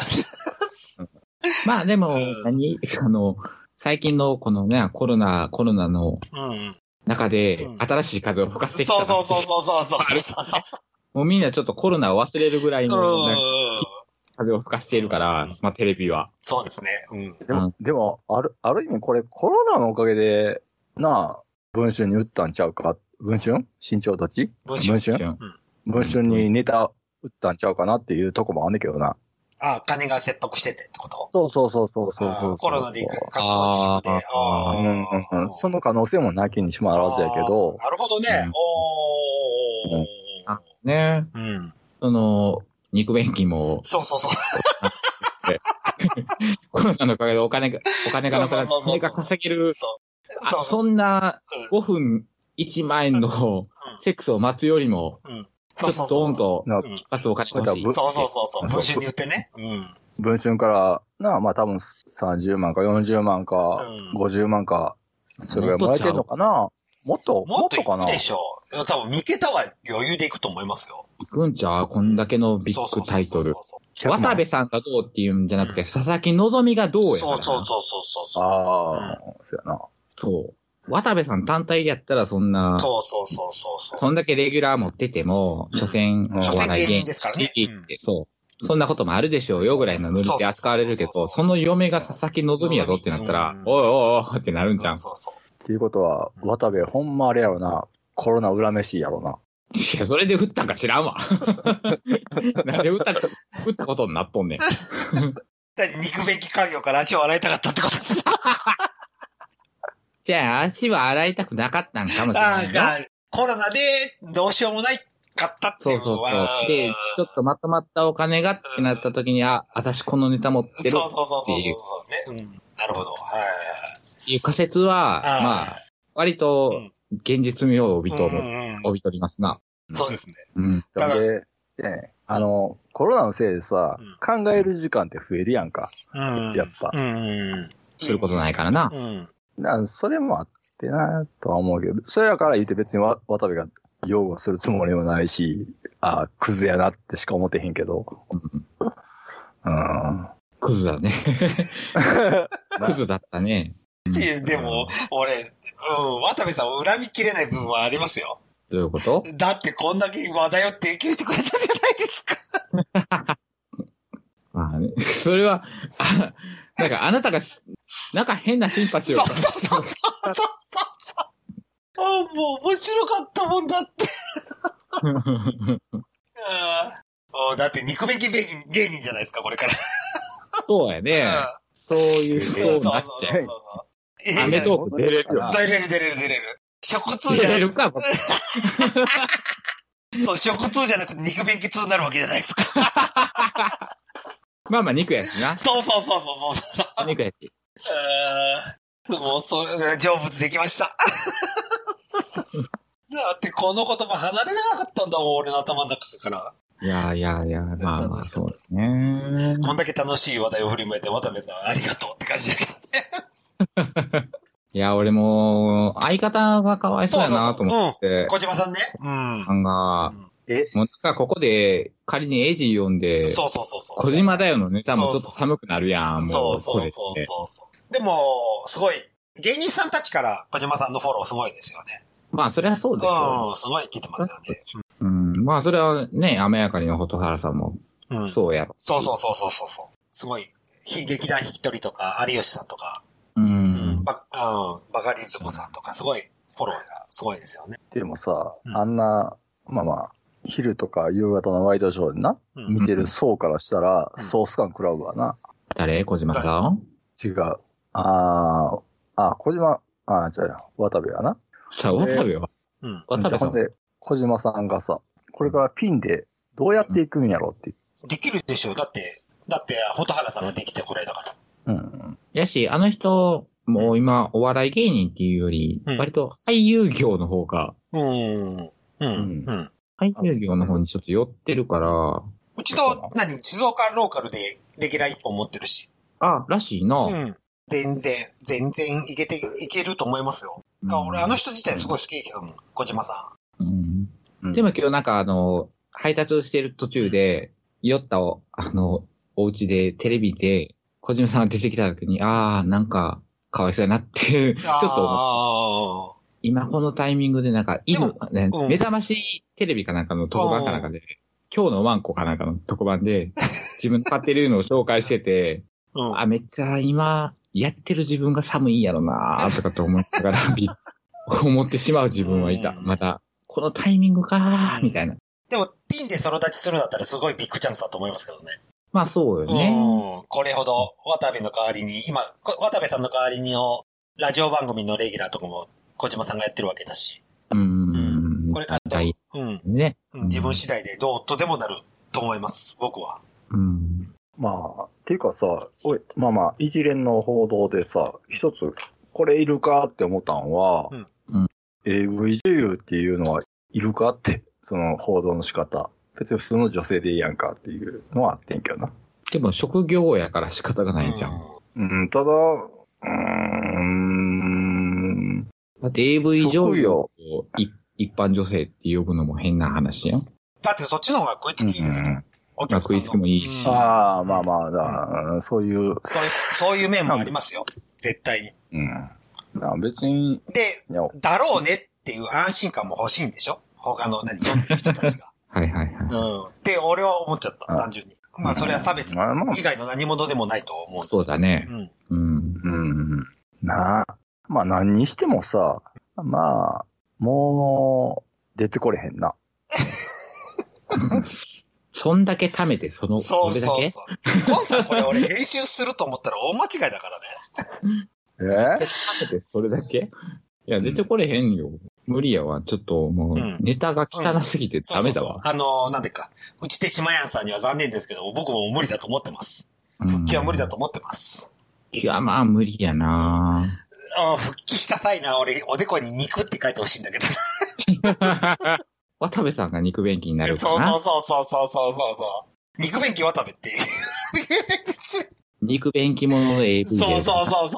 まあでも、最近のこのね、コロナの中で新しい風を吹かせてきた。 そう。 もうみんなちょっとコロナを忘れるぐらいの風を吹かしているから、テレビは。 そうですね。 でも、ある意味これコロナのおかげで、文春に打ったんちゃうか。文春新潮どっち文春にネタ打ったんちゃうかなっていうとこもあんねんけどな。 金が切迫しててってことそう。 コロナで活動自粛で。 その可能性もなきにしもあらずやけど。 なるほどね。 肉便器も。 そう。 コロナのおかげでお金がなくなって、金が稼げる。そんな5分1万円のセックスを待つよりも、ちょっとドーンと一発お金欲しい。 そう。文春に言ってね。 文春から多分30万か40万か50万か、それぐらいもらえてんのかな。もっとかな。 でしょう。多分3桁は余裕でいくと思いますよ。 いくんちゃうこんだけのビッグタイトル。渡部さんがどうっていうんじゃなくて、佐々木希がどうやからな。 そう。 そうやな。 そう。渡部さん単体でやったらそんな、 そう。 そんだけレギュラー持ってても、所詮、 お笑い芸人ですからね。 そう。そんなこともあるでしょうよぐらいのノリで扱われるけど、その嫁が佐々木希やぞってなったら、おいってなるんじゃん。 っていうことは、渡部ほんまあれやろな、コロナ恨めしいやろな。 いや、それで打ったんか知らんわ。なんで打ったことになっとんねん。 肉便器家業から足を洗いたかったってことです。 じゃあ、足は洗いたくなかったんかもしれないよ。 コロナでどうしようもないかったっていうのは。 そう。で、ちょっとまとまったお金がってなった時に、私このネタ持ってるっていう。 そうね。なるほど。 いう仮説は、割と現実味を帯びとりますな。 そうですね。 で、コロナのせいでさ、考える時間って増えるやんか。やっぱ。 することないからな。 それもあってなとは思うけど、それだから言って別に渡部が擁護するつもりもないし、クズやなってしか思ってへんけど。 クズだね。クズだったね。 でも、俺、渡部さんを恨みきれない部分はありますよ。 どういうこと？ だってこんだけ話題を提供してくれたじゃないですか。 まあね、それは、なんかあなたが、なんか変なシンパシーを。 そう。もう面白かったもんだって。だって肉便器芸人じゃないですか、これから。 そうやね。そうなっちゃう。アメトーク出れるよ。 出れる。食通じゃなくて。出れるか、そう、食通じゃなくて肉便器通になるわけじゃないですか。 まあ肉やしな。 そう。 肉やし。 もう、それ、成仏できました。だってこの言葉離れなかったんだもん、俺の頭の中から。 いや、まあ、そうですね。 こんだけ楽しい話題を振りまいて、渡部さんありがとうって感じだけどね。 いいや、俺も、相方がかわいそうやなと思って。 小島さんね。 うん。さんが、もうなんかここで仮にエイジ読んで、 そう。 小島だよのネタもちょっと寒くなるやん、もう。 そう。でも、すごい、芸人さんたちから小島さんのフォローすごいですよね。 まあ、それはそうですよ。 すごい聞いてますよね。 まあ、それはね、雨やかりの蛍原さんも、そうやろ。 そう。すごい、劇団ひとりとか、有吉さんとか、バカリズムさんとか、すごい、フォローがすごいですよね。 でもさ、あんな、まあ、昼とか夕方のワイドショーでな、見てる層からしたら、ソース感食らうわな。 誰？小島さん？ 違う。小島、じゃあ、渡部やな。 さあ、渡部は？ 渡部さん。で、小島さんがさ、これからピンでどうやっていくんやろって。 できるでしょ。だって、蛍原さんができてこれだから。 やし、あの人、もう今、お笑い芸人っていうより、割と俳優業の方が、俳優業の方にちょっと寄ってるから、 うちの、静岡ローカルでレギュラー1本持ってるし。 らしいな。 全然いけると思いますよ。俺、あの人自体すごい好きけども、小島さん。でも今日なんか配達をしてる途中で、酔ったお家でテレビで、小島さんが出てきた時に、なんか、かわいそうやなって、ちょっと思った。今このタイミングでなんか、目覚ましテレビかなんかの特番かなんかで、今日のワンコかなんかの特番で、自分飼ってるのを紹介してて、めっちゃ今、やってる自分が寒いんやろなとかと思ったから、思ってしまう自分はいた。また、このタイミングかみたいな。 でも、ピンでソロ立ちするんだったらすごいビッグチャンスだと思いますけどね。 まあそうよね。 これほど、渡部の代わりに、今、渡部さんの代わりにラジオ番組のレギュラーとかも小島さんがやってるわけだし。これから、 ね。 自分次第でどうとでもなると思います、僕は。 っていうかさ、一連の報道でさ、一つ、これいるかって思ったのは、AV 女優っていうのはいるかって、その報道の仕方。別に普通の女性でいいやんかっていうのはあってんけどな。 でも職業やから仕方がないじゃん。 ただ、 だって AV 女優を一般女性って呼ぶのも変な話やん。 だってそっちの方が食いつきいいですよ。 食いつきもいいし。 そういう面もありますよ。絶対に。別に。 で、だろうねっていう安心感も欲しいんでしょ？他の読んでる人たちが。って俺は思っちゃった、単純に。それは差別以外の何者でもないと思う。 そうだね。 何にしてもさ、もう、出てこれへんな。 そんだけ貯めて、それだけ？ ゴンさんこれ俺編集すると思ったら大間違いだからね。 貯めてそれだけ？いや、出てこれへんよ。無理やわ。ちょっともう、ネタが汚すぎてダメだわ。 なんでか、うちてしまやんさんには残念ですけど、僕も無理だと思ってます。復帰は無理だと思ってます。 いや、無理やな復帰した際な、俺、おでこに肉って書いてほしいんだけど。 渡部さんが肉便器になるからな。 そう。肉便器渡部って。 肉便器もの AV で。 そう。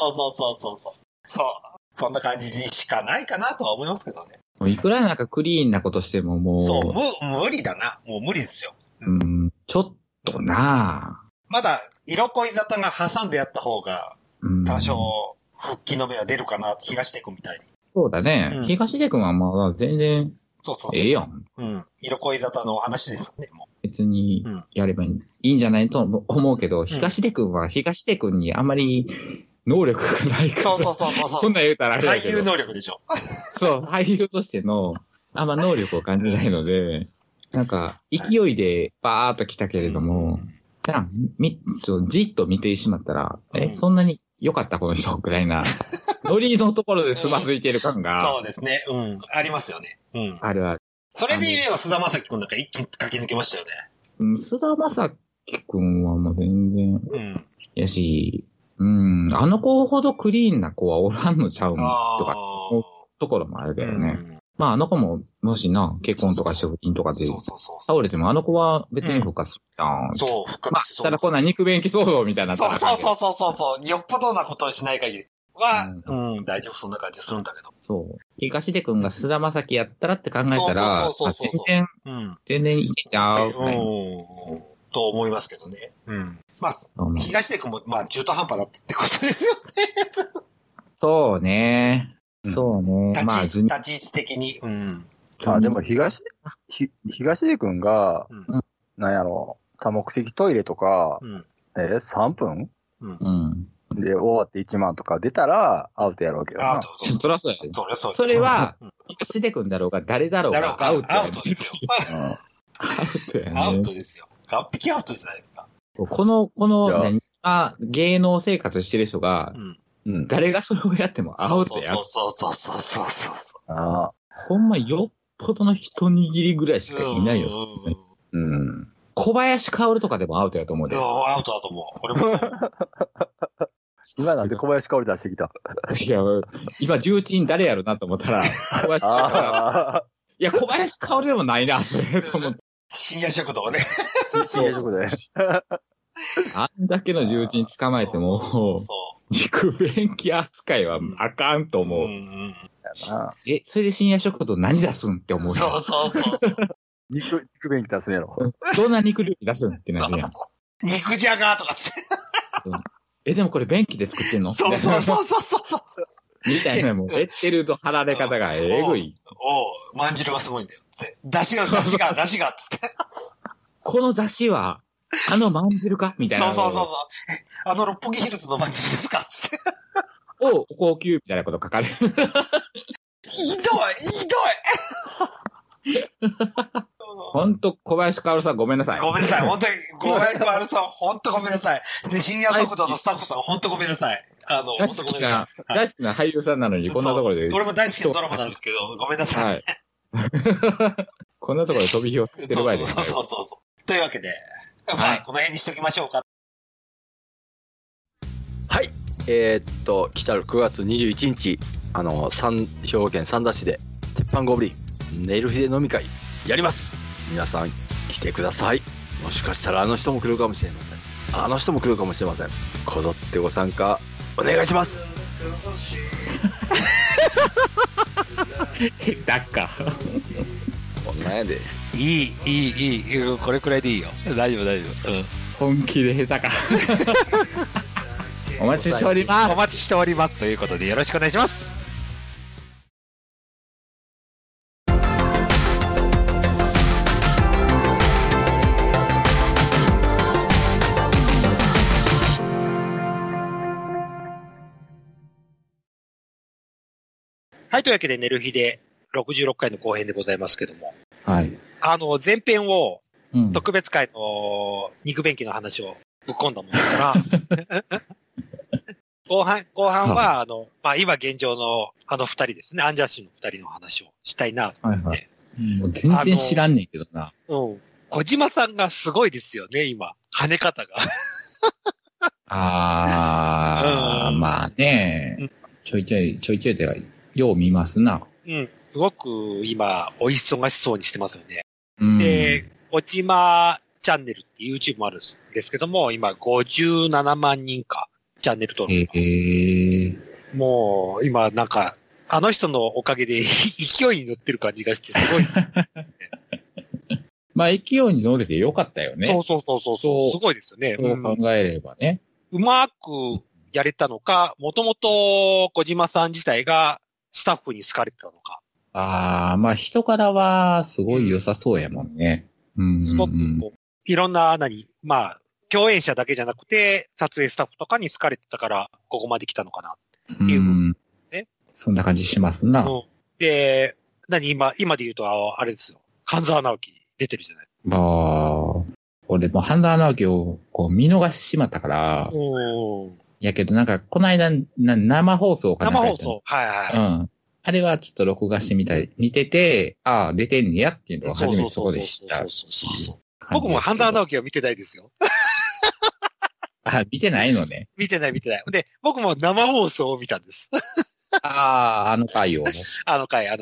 そんな感じにしかないかなとは思いますけどね。 いくらなんかクリーンなことしてももう。 そう、無理だな。もう無理ですよ。 ちょっとなまだ、色恋沙汰が挟んでやった方が、多少、復帰の目は出るかな、東出くんみたいに。 そうだね。東出くんはまあ全然、ええやん。 色恋沙汰の話ですよね、もう。 別に、やればいいんじゃないと思うけど、東出くんは東出くんにあんまり、能力がないから。 そう。 こんなん言うたらあれだけど。 俳優能力でしょ。 そう、俳優としての、あんま能力を感じないので、なんか、勢いでバーっと来たけれども、じっと見てしまったら、そんなに良かったこの人くらいな、ノリのところでつまずいている感が。 そうですね。ありますよね。 あるある。 それで言えば菅田将暉くんなんか一気に駆け抜けましたよね。菅田将暉くんはもう全然、やし、あの子ほどクリーンな子はおらんのちゃうのとか、ところもあるけどね。あの子も、もしな、結婚とかして不倫とかで、倒れてもあの子は別に復活するじゃん。 そう、復活しそう。 ただこんな肉便器騒動みたいな。 そう。よっぽどなことをしない限り。 は、大丈夫、そんな感じするんだけど。 そう。東出くんが菅田将暉やったらって考えたら、全然いけちゃう。 と思いますけどね。まあ、東出くんも、まあ、中途半端だったってことですよね。 そうね。そうね。 まあ、立ち位置的に。 でも東出くんが、なんやろ、多目的トイレとか、3分で終わって1万とか出たらアウトやろうけどな。 そらそうやで。それは、東出くんだろうが誰だろうがアウトですよ。 アウトやね。 アウトですよ。完璧アウトじゃないですか。 この、芸能生活してる人が、誰がそれをやってもアウトや。 そう。 ほんまよっぽどの一握りぐらいしかいないよ。小林薫とかでもアウトやと思うで。 アウトだと思う。俺もそう。 今なんで小林薫出してきた？ いや、今重鎮誰やろなと思ったら、いや、小林薫でもないな、それと思って。 深夜食堂ね。 深夜食堂ね。 あんだけの重鎮捕まえても、肉便器扱いはあかんと思う。それで深夜食堂何出すんって思う。 そう。 肉便器出すんやろ。 どんな肉料理出すんってなるやん。 肉じゃがとかって。 でもこれ便器で作ってんの？ そう。 みたいなもん。レッテルと貼られ方がえぐい。 まんじるがすごいんだよ。出汁が、つって。 この出汁は、まんじるかみたいな。 そう。六本木ヒルズのまんじるですかつって。 高級みたいなこと書かれる。 ひどいほんと、小林薫さんごめんなさい。 本当に、小林薫さんほんとごめんなさい。で、深夜速度のスタッフさんほんとごめんなさい。ほんとごめんなさい。 大好きな俳優さんなのに、こんなところで。 俺も大好きなドラマなんですけど、ごめんなさい。 こんなところで飛び火をしてる場合ですね。 そう。というわけで、まあ、この辺にしときましょうか。 はい。来たる9月21日、兵庫県三田市で、鉄板ゴブリン、ネルフィで飲み会、やります。皆さん、来てください。もしかしたらあの人も来るかもしれません。あの人も来るかもしれません。こぞってご参加、お願いします。 だっか。 こんなんやで。 いい。これくらいでいいよ。大丈夫。 本気で下手か。お待ちしております。 お待ちしておりますということでよろしくお願いします。はい、というわけで、寝る日で66回の後編でございますけども。 はい。 前編を、特別会の肉便器の話をぶっ込んだもんだから、後半は、まあ、今現状の二人ですね、アンジャッシュの二人の話をしたいなと思って。はい。 もう全然知らんねんけどな。 小島さんがすごいですよね、今。跳ね方が。 まあね、ちょいちょいでよう見ますな。 すごく今、お忙しそうにしてますよね。で、小島チャンネルって YouTube もあるんですけども、今57万人か、チャンネル登録。もう、今なんか、あの人のおかげで勢いに乗ってる感じがしてすごい。 まあ、勢いに乗れてよかったよね。 そう。すごいですよね。 そう考えればね。 うまくやれたのか、もともと小島さん自体がスタッフに好かれてたのか。 まあ人からはすごい良さそうやもんね。 すごくいろんなまあ、共演者だけじゃなくて、撮影スタッフとかに好かれてたから、ここまで来たのかなっていう。ね。 そんな感じしますな。 で、今で言うと、あれですよ。半沢直樹出てるじゃない。 俺も半沢直樹を見逃してしまったから。やけどなんか、この間、生放送かな。 生放送。はい。 あれはちょっと録画して見てて、出てんねやっていうのを初めてそこで知った。 僕も半沢直樹は見てないですよ。 見てないのね。 見てない。で、僕も生放送を見たんです。 あの回を。 あの回。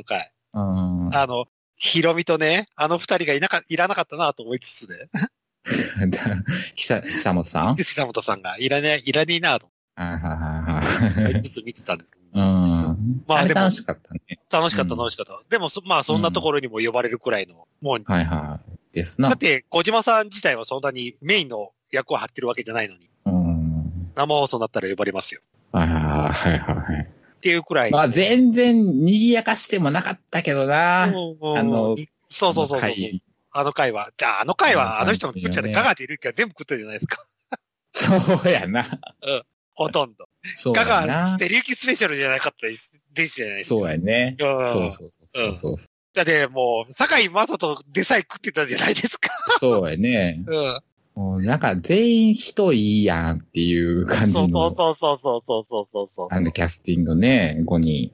ヒロミとね、あの二人がいらなかったなと思いつつね。 久本さん久本さんがいらねえなと。 ずつ見てたんですけど。 まあでも。楽しかったね。 楽しかった。でも、まあそんなところにも呼ばれるくらいの、もう。 はいはい。ですな。 だって、小島さん自体はそんなにメインの役を張ってるわけじゃないのに。生放送になったら呼ばれますよ。 はいはいはい。 っていうくらい。 まあ全然賑やかしてもなかったけどな。 そう。あの回はあの人の食っちゃって香川照之が全部食ったじゃないですか。 そうやな。 ほとんど。香川照之スペシャルじゃなかったですじゃないですか。 そうやね。そう。 だってもう、堺雅人でさえ食ってたじゃないですか。 そうやね。もうなんか全員人いいやんっていう感じの。 そう。 キャスティングね、5人。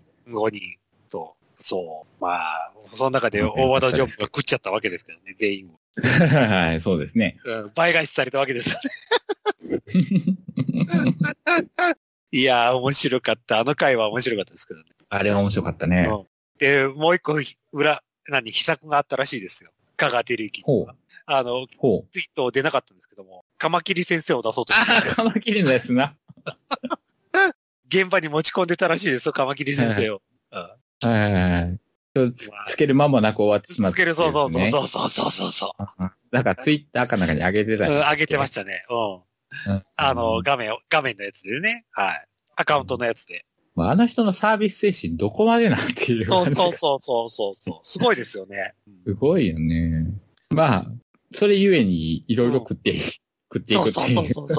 そう。まあ、その中で大和田ジョブが食っちゃったわけですけどね、全員を。 はい、そうですね。 倍返しされたわけですよね。いやー、面白かった。あの回は面白かったですけどね。 あれは面白かったね。 で、もう一個、秘策があったらしいですよ。香川照之。ツイート出なかったんですけども、カマキリ先生を出そうとして。 カマキリのやつな。 現場に持ち込んでたらしいですよ、カマキリ先生を。 つける間もなく終わってしまった、 つける、そう。 なんかツイッターかなんかに上げてた。 上げてましたね。画面のやつでね。はい。アカウントのやつで。 あの人のサービス精神どこまでなんていう。 そう。すごいですよね。 すごいよね。まあ、それゆえにいろいろ食っていくっていう。 そう。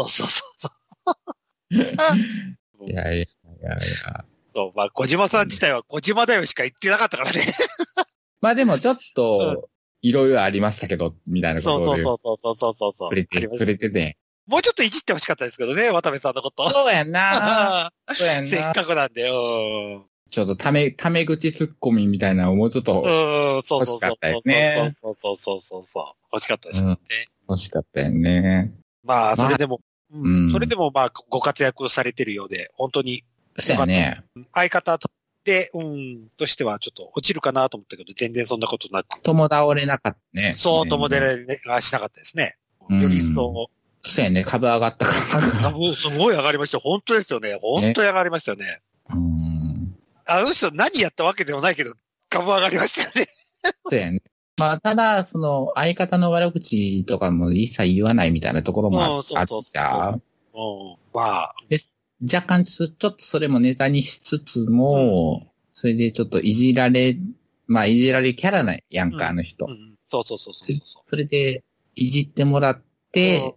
いや。 そう、まあ、小島さん自体は小島だよしか言ってなかったからね。 まあでもちょっと、いろいろありましたけど、みたいなことで。 そう。 くれてて。 もうちょっといじってほしかったですけどね、渡部さんのこと。 そうやんな。 せっかくなんで、 ちょっとため口ツッコミみたいなのをもうちょっと欲しかったですね。 そう。欲しかったですね。 欲しかったよね。 まあ、それでもまあ、ご活躍されてるようで、本当に。 そうやね。 相方で、としてはちょっと落ちるかなと思ったけど、全然そんなことなく。 友倒れなかったね。 そう、友倒れがしなかったですね。より一層。 そうやね、株上がったから。 すごい上がりましたよ。本当ですよね。本当に上がりましたよね。あの人何やったわけでもないけど、株上がりましたよね。 そうやね。まあ、ただ、その、相方の悪口とかも一切言わないみたいなところもあった。 まあ。 若干ちょっとそれもネタにしつつも、それでちょっといじられキャラないやんか、あの人。 そう。 それで、いじってもらって、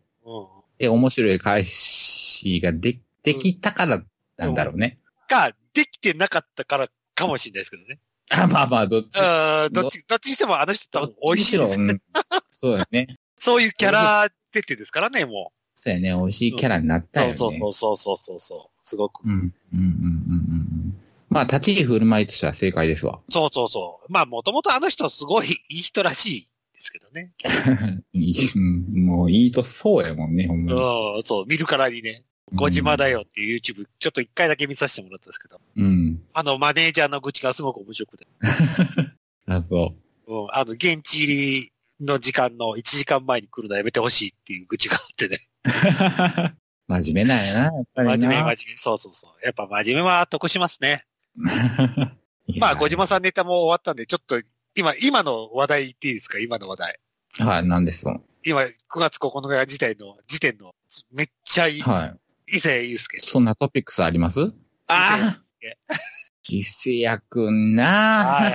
で、面白い返しができたからなんだろうね。 できてなかったからかもしれないですけどね。 まあ、どっちにしてもあの人多分美味しいですね。 そうやね。 そういうキャラ設定ですからね、もう。 そうやね、美味しいキャラになったよね。 そう。すごく。 まあ、立ち居振る舞いとしては正解ですわ。 そう。まあ、もともとあの人すごいいい人らしいですけどね。 もういいとそうやもんね、ほんまに。 そう、見るからにね。小島だよっていう YouTube、ちょっと一回だけ見させてもらったんですけど。マネージャーの愚痴がすごく面白くて。 そう。 現地入りの時間の1時間前に来るのやめてほしいっていう愚痴があってね。 真面目なんやな、やっぱりな。 真面目。そう。やっぱ真面目は得しますね。まあ、小島さんネタも終わったんで、ちょっと、今の話題言っていいですか？今の話題。 はい、何ですか？ 今、9月9日時点の、めっちゃいい。はい。伊勢祐介。 そんなトピックスあります？ああ伊勢谷くんな。 はい。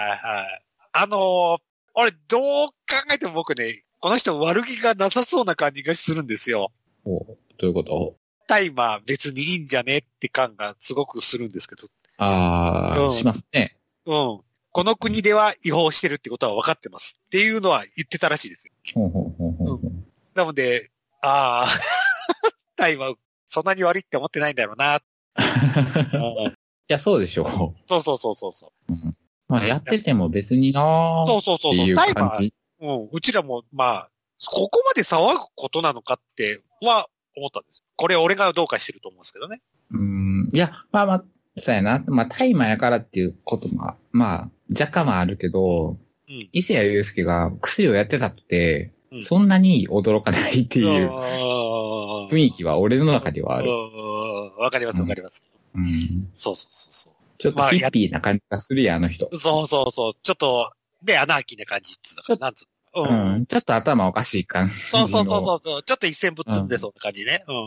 俺、どう考えても僕ね、この人悪気がなさそうな感じがするんですよ。 どういうこと？ タイマー別にいいんじゃねって感がすごくするんですけど。 しますね。 この国では違法してるってことは分かってますっていうのは言ってたらしいですよ。なので、タイマーそんなに悪いって思ってないんだろうな。いや、そうでしょう。そう。 まあ、やってても別になー。 そう。タイマー、うちらも、まあ、ここまで騒ぐことなのかっては思ったんです。これ俺がどうかしてると思うんですけどね。 いや、まあ、そうやな。まあ、タイマーやからっていうことも、まあ、若干はあるけど、伊勢谷友介が薬をやってたって、そんなに驚かないっていう雰囲気は俺の中ではある。 わかります。 うん。 そうそうそうそう。 ちょっとヒッピーな感じがするやん、あの人。 そうそうそう。ちょっと、で、アナーキーな感じっつうか、なんつううん。ちょっと頭おかしい感じ。 そうそうそうそう。ちょっと一線ぶっ飛んでそうな感じね。うん。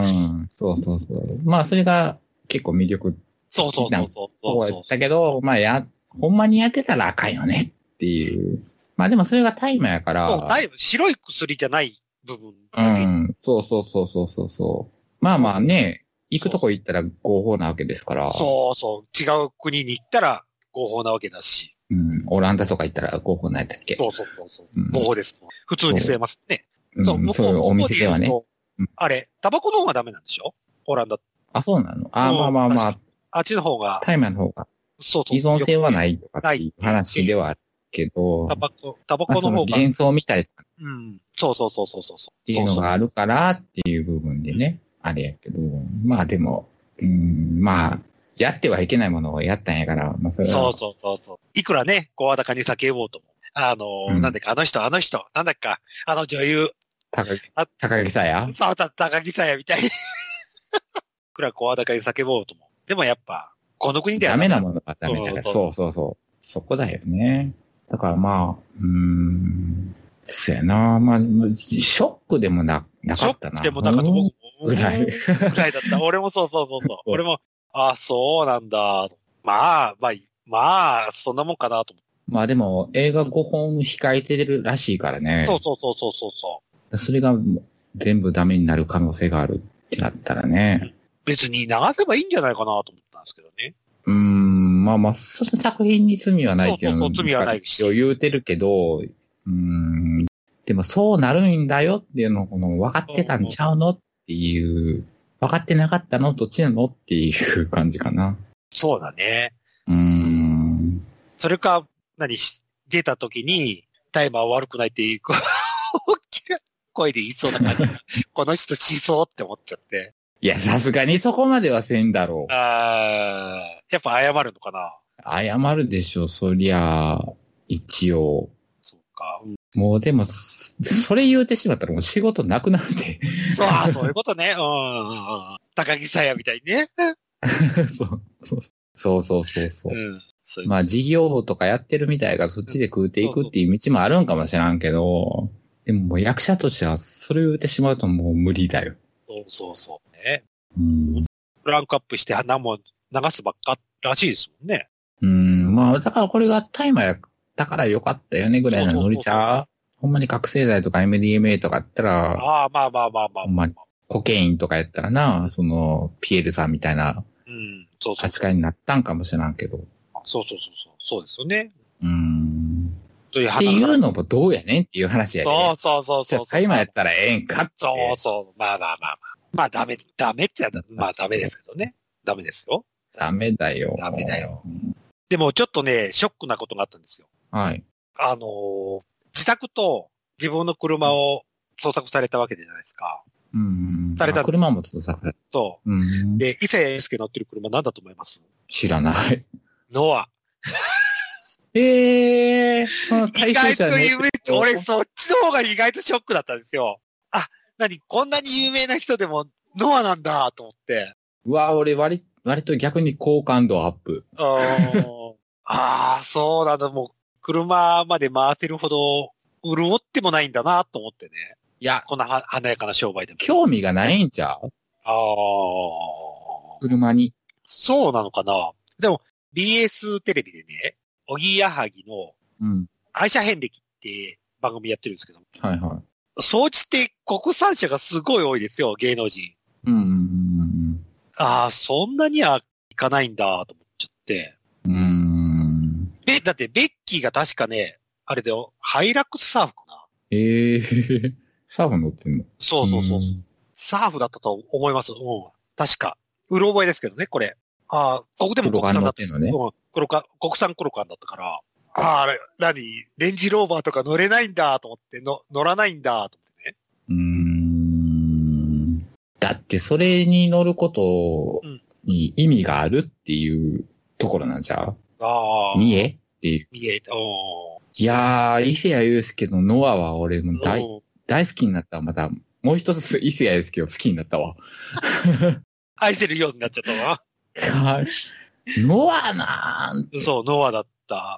うん。そうそうそう。まあ、それが結構魅力。 そうそうそうそう。 そうだけど、まあほんまにやってたらあかんよねっていう。まあでもそれが大麻やから。 そう、白い薬じゃない部分だけ。うん。そうそうそうそうそう。まあまあね、行くとこ行ったら合法なわけですから。 そうそう。違う国に行ったら合法なわけだし。 うん。オランダとか行ったら合法なんだっけ。 そうそうそう。合法です。普通に吸えますね。 そう、そういうお店ではね。 あれ、タバコの方がダメなんでしょオランダ。 あ、そうなの。あ、まあまあまあ。 あっちの方が。 大麻の方が。 そうそう。 依存性はないとかっていう話ではあるけど。 タバコの方が。 幻想みたいな。 うん。そうそうそうそうそう。 っていうのがあるからっていう部分でね。あれやけど。まあでも、まあ、やってはいけないものをやったんやから、まあそれは。 そうそうそうそう。いくらね、声高に叫ぼうとも。なんだっけ、あの人、なんだっけ、女優。 高木さやそう、高木さやみたいに。いくら声高に叫ぼうとも。でもやっぱ、この国ではダメなものがダメだから。そうそうそう。そこだよね。だからまあ、そうやな。まあ、ショックでもなかったな。ショックでもなかった。僕も。 ぐらいだった。俺もそうそう。俺も、あ、そうなんだ。まあ、そんなもんかなと思って。 まあでも、映画5本控えてるらしいからね。 そう。 それが全部ダメになる可能性があるってなったらね。 別に流せばいいんじゃないかなと思ったんですけどね。 まあまあ、その作品に罪はないけど、 そう罪はないし。 言うてるけど、でもそうなるんだよっていうのを分かってたんちゃうのっていう、分かってなかったのどっちなのっていう感じかな。 そうだね。それか、出た時に、タイマー悪くないっていう、大きな声で言いそうな感じ。この人しそうって思っちゃって。 いや、さすがにそこまではせんだろう。 やっぱ謝るのかな。 謝るでしょ、そりゃ、一応。 そうか。 もうでも、それ言うてしまったらもう仕事なくなるで。 そういうことね。高木さやみたいにね。 そう。まあ事業とかやってるみたいがそっちで食うていくっていう道もあるんかもしらんけど、でももう役者としてはそれを言ってしまうともう無理だよ。 そうね。ランクアップして花も流すばっからしいですもんね。 まあだからこれがタイマーやったからよかったよねぐらいのノリちゃう。ほんまに覚醒剤とか MDMA とかやったら、 まあ。 ほんまコケインとかやったらな、ピエールさんみたいな扱いになったんかもしれんけど。 そうですよね。 っていうのもどうやねんっていう話やね。 そう。 タイマーやったらええんかって。 そう。まあダメって言ったら、まあダメですけどね。ダメですよ。 ダメだよ。 でもちょっとね、ショックなことがあったんですよ。 はい。 自宅と自分の車を捜索されたわけじゃないですか。されたんです。 車も捜索された。 そう。で、伊勢祐介乗ってる車何だと思います？ 知らない。 ノア。 意外と有名、俺そっちの方が意外とショックだったんですよ。こんなに有名な人でもノアなんだと思って。 うわ、俺割と逆に好感度アップ。 そうなんだ。もう車まで回ってるほど潤ってもないんだなと思ってね。 いや、 こんな華やかな商売でも。 興味がないんちゃう？車に。そうなのかな。でも BS テレビでね、おぎやはぎの愛車遍歴って番組やってるんですけど。 はいはい。 総じて国産車がすごい多いですよ、芸能人。そんなにはいかないんだと思っちゃって。だってベッキーが確かね、あれだよ、ハイラックスサーフかな。 サーフ乗ってんの？ そう。サーフだったと思います。確か。うろ覚えですけどね、これ。ここでも国産だったのね。国産黒缶だったから。レンジローバーとか乗れないんだと思って、乗らないんだと思ってね。だってそれに乗ることに意味があるっていうところなんじゃう？見えっていう。いやー、伊勢谷友介のノアは俺も大好きになったわ。また、もう一つ伊勢谷友介を好きになったわ。 愛せるようになっちゃったわ。 ノアなーそう、ノアだった。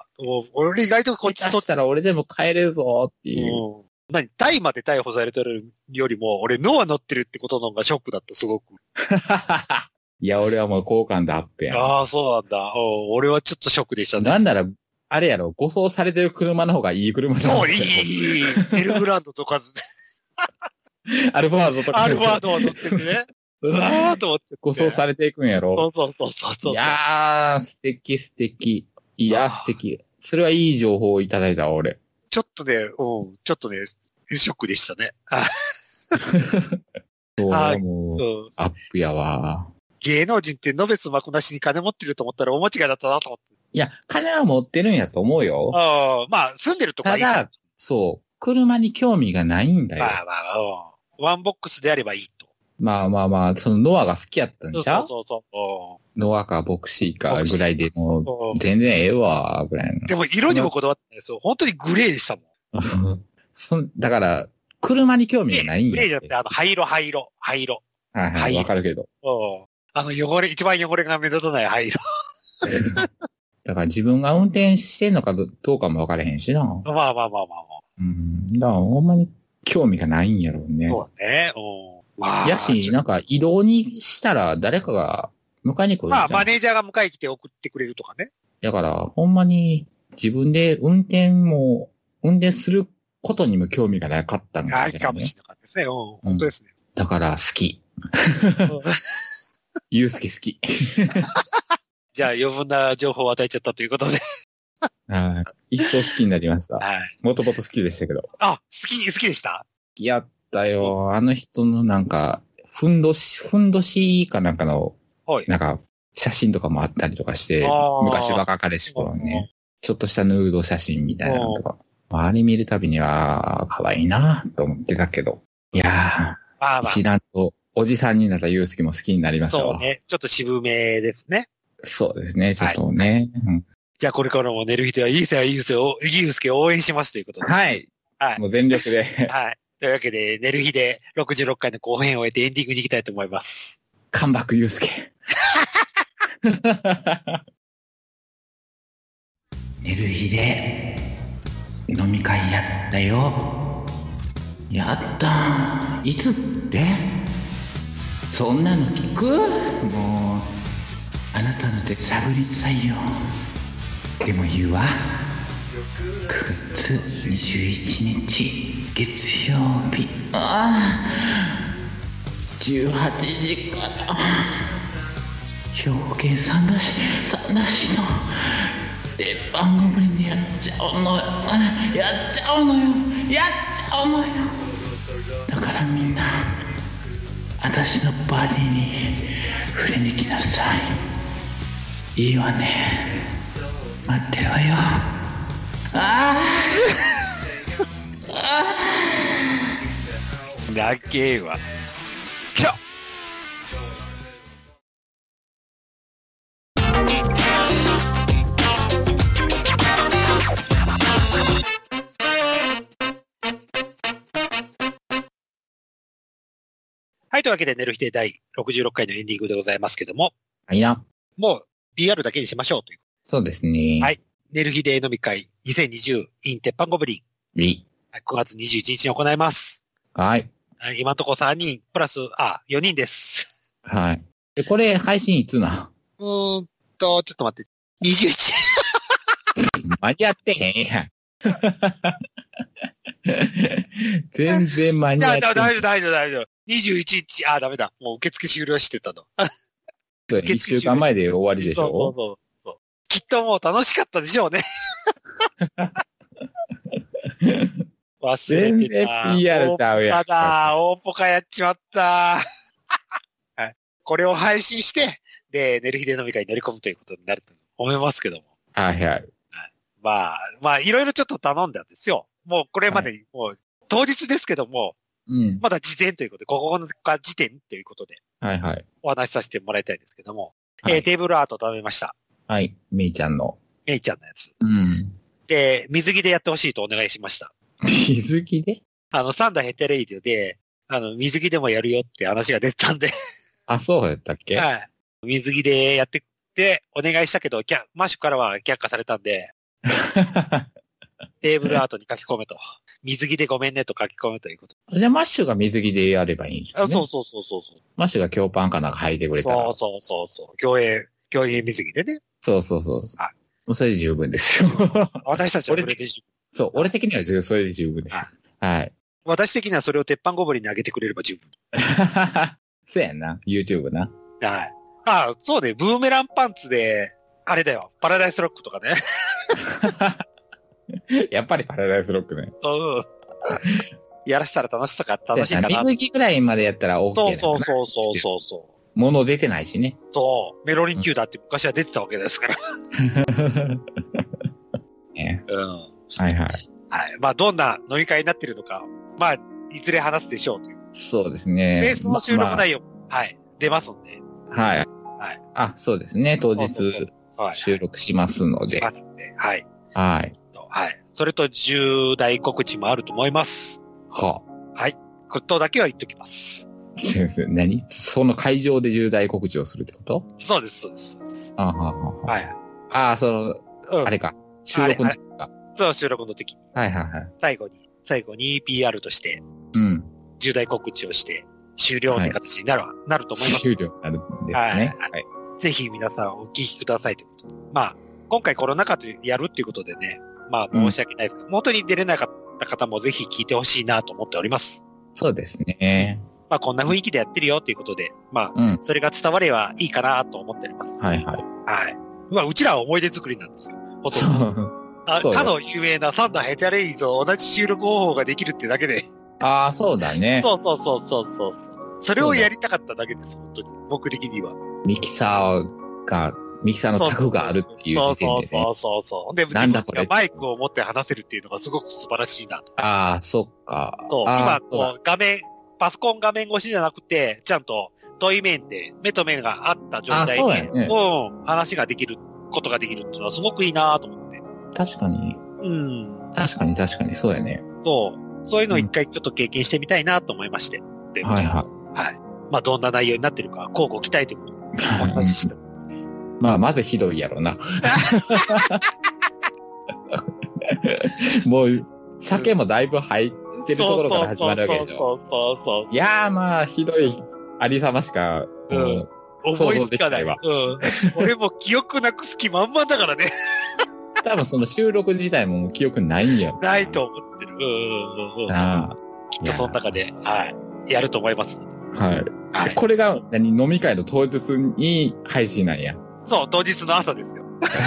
俺意外とこっちそったら俺でも帰れるぞっていう。 タイまで逮捕されてるよりも、俺ノア乗ってるってことの方がショックだった、すごく。 いや、俺はもう好感度アップや。 ああ、そうなんだ。俺はちょっとショックでしたね。 なんなら、あれやろ、護送されてる車の方がいい車だ。 そう、いい。エルグランドとか。 アルファードとか。 アルファードを乗っててね。うわーと思って、ね。 護送されていくんやろ。 そう。 いやー、素敵。いや、素敵。それはいい情報をいただいた、俺。 ちょっとね、ショックでしたね。 そう、もう、アップやわ。 芸能人ってのべつ幕なしに金持ってると思ったら大間違いだったなと思って。 いや、金は持ってるんやと思うよ。 まあ、住んでるとかいい。ただ、そう、車に興味がないんだよ。 ワンボックスであればいいと。 まあ、そのノアが好きやったんちゃう？ そう。 ノアかボクシーかぐらいでもう、全然ええわ、ぐらいの。 でも色にもこだわってないですよ。本当にグレーでしたもん。 だから、車に興味がないんや。 グレーじゃなくて、灰色。 はい、わかるけど。 一番汚れが目立たない灰色。 だから自分が運転してんのかどうかもわからへんしな。 まあ。 だからほんまに興味がないんやろうね。 そうね。 やし、なんか移動にしたら誰かが迎えに来る。 まあ、マネージャーが迎え来て送ってくれるとかね。 だから、ほんまに自分で運転することにも興味がなかったんだよね。 かもしれなかったですね。本当ですね。 だから好き。ゆうすけ好き。 じゃあ余分な情報を与えちゃったということで。 一生好きになりました。 はい。 もともと好きでしたけど。 好きでした？ 好きやったよ。あの人のなんか、ふんどしかなんかの、なんか、写真とかもあったりとかして、昔若かりし頃ね、ちょっとしたヌード写真みたいなのとか、あれ見るたびには、可愛いなと思ってたけど。いやー、一段と、おじさんになったゆうすけも好きになりましたわ。 そうね。ちょっと渋めですね。 そうですね、ちょっとね。 じゃあこれからも寝る人はゆうすけを応援しますということで。 はい。もう全力で。 はい。というわけで、寝る日で66回の後編を終えてエンディングに行きたいと思います。 カンバックゆうすけ。寝る日で飲み会やったよ。やったー。いつってそんなの聞く？もうあなたの手探りなさいよ。でも言うわ。9月21日月曜日18時から兵庫県三田市の鉄板ゴブリンでやっちゃうのよ。だからみんな私のバディに触れに来なさい。いいわね。待ってるわよ。 なげえわ。きゃはい、というわけで、寝る日で第66回のエンディングでございますけども。 はいな。 もう、PR だけにしましょうという。 そうですね。 はい。寝る日で飲み会2020 in 鉄板ゴブリン。9月21日に行います。 はい。 今のところ3人、プラス、4人です。 はい。で、これ、配信いつな？ ちょっと待って。21。 間に合ってへんやん。全然間に合ってへん。 大丈夫。21日、ダメだ。もう受付終了してたの。 1週間前で終わりでしょ？ そう。きっともう楽しかったでしょうね。忘れてた。 全然 PR ちゃうやん。 大ポカやっちまった。はい。これを配信して、で、寝る日で飲み会に乗り込むということになると思いますけども。 はい。 まあ、いろいろちょっと頼んだんですよ。もうこれまでに、もう当日ですけども、まだ事前ということで、9日時点ということで、お話しさせてもらいたいんですけども、テーブルアート食べました。はい。 めいちゃんのやつ。で、水着でやってほしいとお願いしました。 水着で？ サンダーヘテレイディで、水着でもやるよって話が出てたんで。 そうやったっけ？ はい。 水着でやってってお願いしたけど、マッシュからは却下されたんで、テーブルアートに書き込めと。水着でごめんねと書き込むということ。 じゃあマッシュが水着でやればいいんですね。 そう。 マッシュが強パンかなんか履いてくれたら。 そう。競泳水着でね。 そう。 はい。 もうそれで十分ですよ。 私たちはそれで十分。 そう、俺的にはそれで十分です。はい。 私的にはそれを鉄板ゴブリンにあげてくれれば十分。 そうやんな。YouTube な。 はい。そうね。ブーメランパンツで、あれだよ。パラダイスロックとかね。 やっぱりパラダイスロックね。 そう。やらしたら楽しいかな。 水着ぐらいまでやったら OK だな。 そう。 物出てないしね。 そう。メロリン級だって昔は出てたわけですから。 ね。はい。 まあ、どんな飲み会になってるのか、まあ、いずれ話すでしょうという。 そうですね。 ベースの収録内容、はい、出ますんで。 はい。そうですね。当日、収録しますので。 しますんで。はい。 はい。 それと重大告知もあると思います。 はい。 ことだけは言っときます。 何？その会場で重大告知をするってこと？ そうです。はい。 あれか。収録の時か。 そう、収録の時に。 はい。 最後に PR として、重大告知をして、終了って形になると思います。 終了になるんですね。はい。 ぜひ皆さんお聞きくださいということで。まあ、今回コロナ禍でやるっていうことでね、まあ申し訳ないですけど、本当に出れなかった方もぜひ聞いてほしいなと思っております。 そうですね。 まあこんな雰囲気でやってるよっていうことで、まあ、それが伝わればいいかなと思っております。 はい。 まあうちらは思い出作りなんですよ。ほとんど。かの有名なサンダーヘテアレイズと同じ収録方法ができるってだけで。 そうだね。 そう。それをやりたかっただけです、本当に。僕的には。 ミキサーのタグがあるっていう時点でね。 そう。で、自分がマイクを持って話せるっていうのがすごく素晴らしいなと。 そっか。 そう、今、パソコン画面越しじゃなくて、ちゃんと対面で目と目があった状態で、話ができることができるっていうのはすごくいいなと思って。 確かに。確かに、そうやね。 そういうのを一回ちょっと経験してみたいなと思いまして。 はい。 まあ、どんな内容になってるか、交互期待ということで、お話ししてます。 まあ、まずひどいやろな。もう、酒もだいぶ入ってるところから始まるわけでしょ。そう。いやーまあ、ひどいありさましか、 思いつかない。俺も記憶なくす気満々だからね。 多分その収録自体も記憶ないんや。 ないと思ってる。きっとその中で、やると思います。はい。 これが飲み会の当日に配信なんや。 そう、当日の朝ですよ。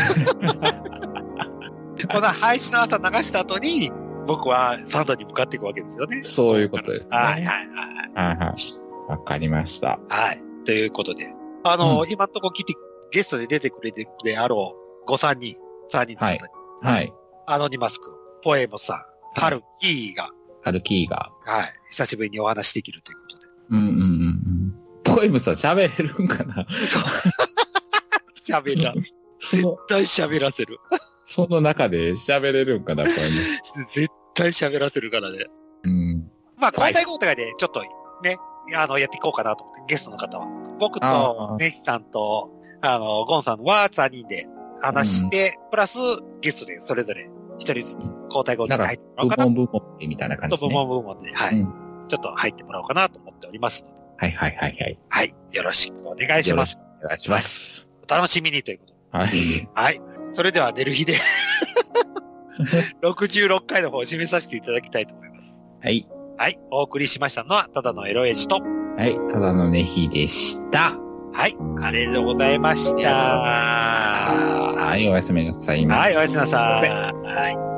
この配信の朝流した後に、僕はサンダに向かっていくわけですよね。 そういうことですね。 はい。 わかりました。 はい。ということで、今んとこゲストで出てくれてであろう、3人の方に。 はい。 アノニマス君、ポエムさん、ハルキーが。はい。久しぶりにお話できるということで。 ポエムさん喋れるんかな？ 喋らん。絶対喋らせる。 その中で喋れるんかな、これ。 絶対喋らせるからね。まあ、交代でちょっとね、やっていこうかなと思って、ゲストの方は。僕と、ネヒさんと、ゴンさんは3人で話して、プラスゲストでそれぞれ一人ずつ交代で入ってもらおうかな。 部門みたいな感じで。 そう、部門で、はい。ちょっと入ってもらおうかなと思っておりますので。 はい。 はい。よろしくお願いします。 お願いします。 お楽しみにということで。 はい。 はい。それでは寝る日で66回の方を締めさせていただきたいと思います。 はい。 はい。お送りしましたのは、ただのエロエジと、 はい。ただのネヒでした。 はい。ありがとうございました。 はい。おやすみなさい。 はい。おやすみなさい。はい。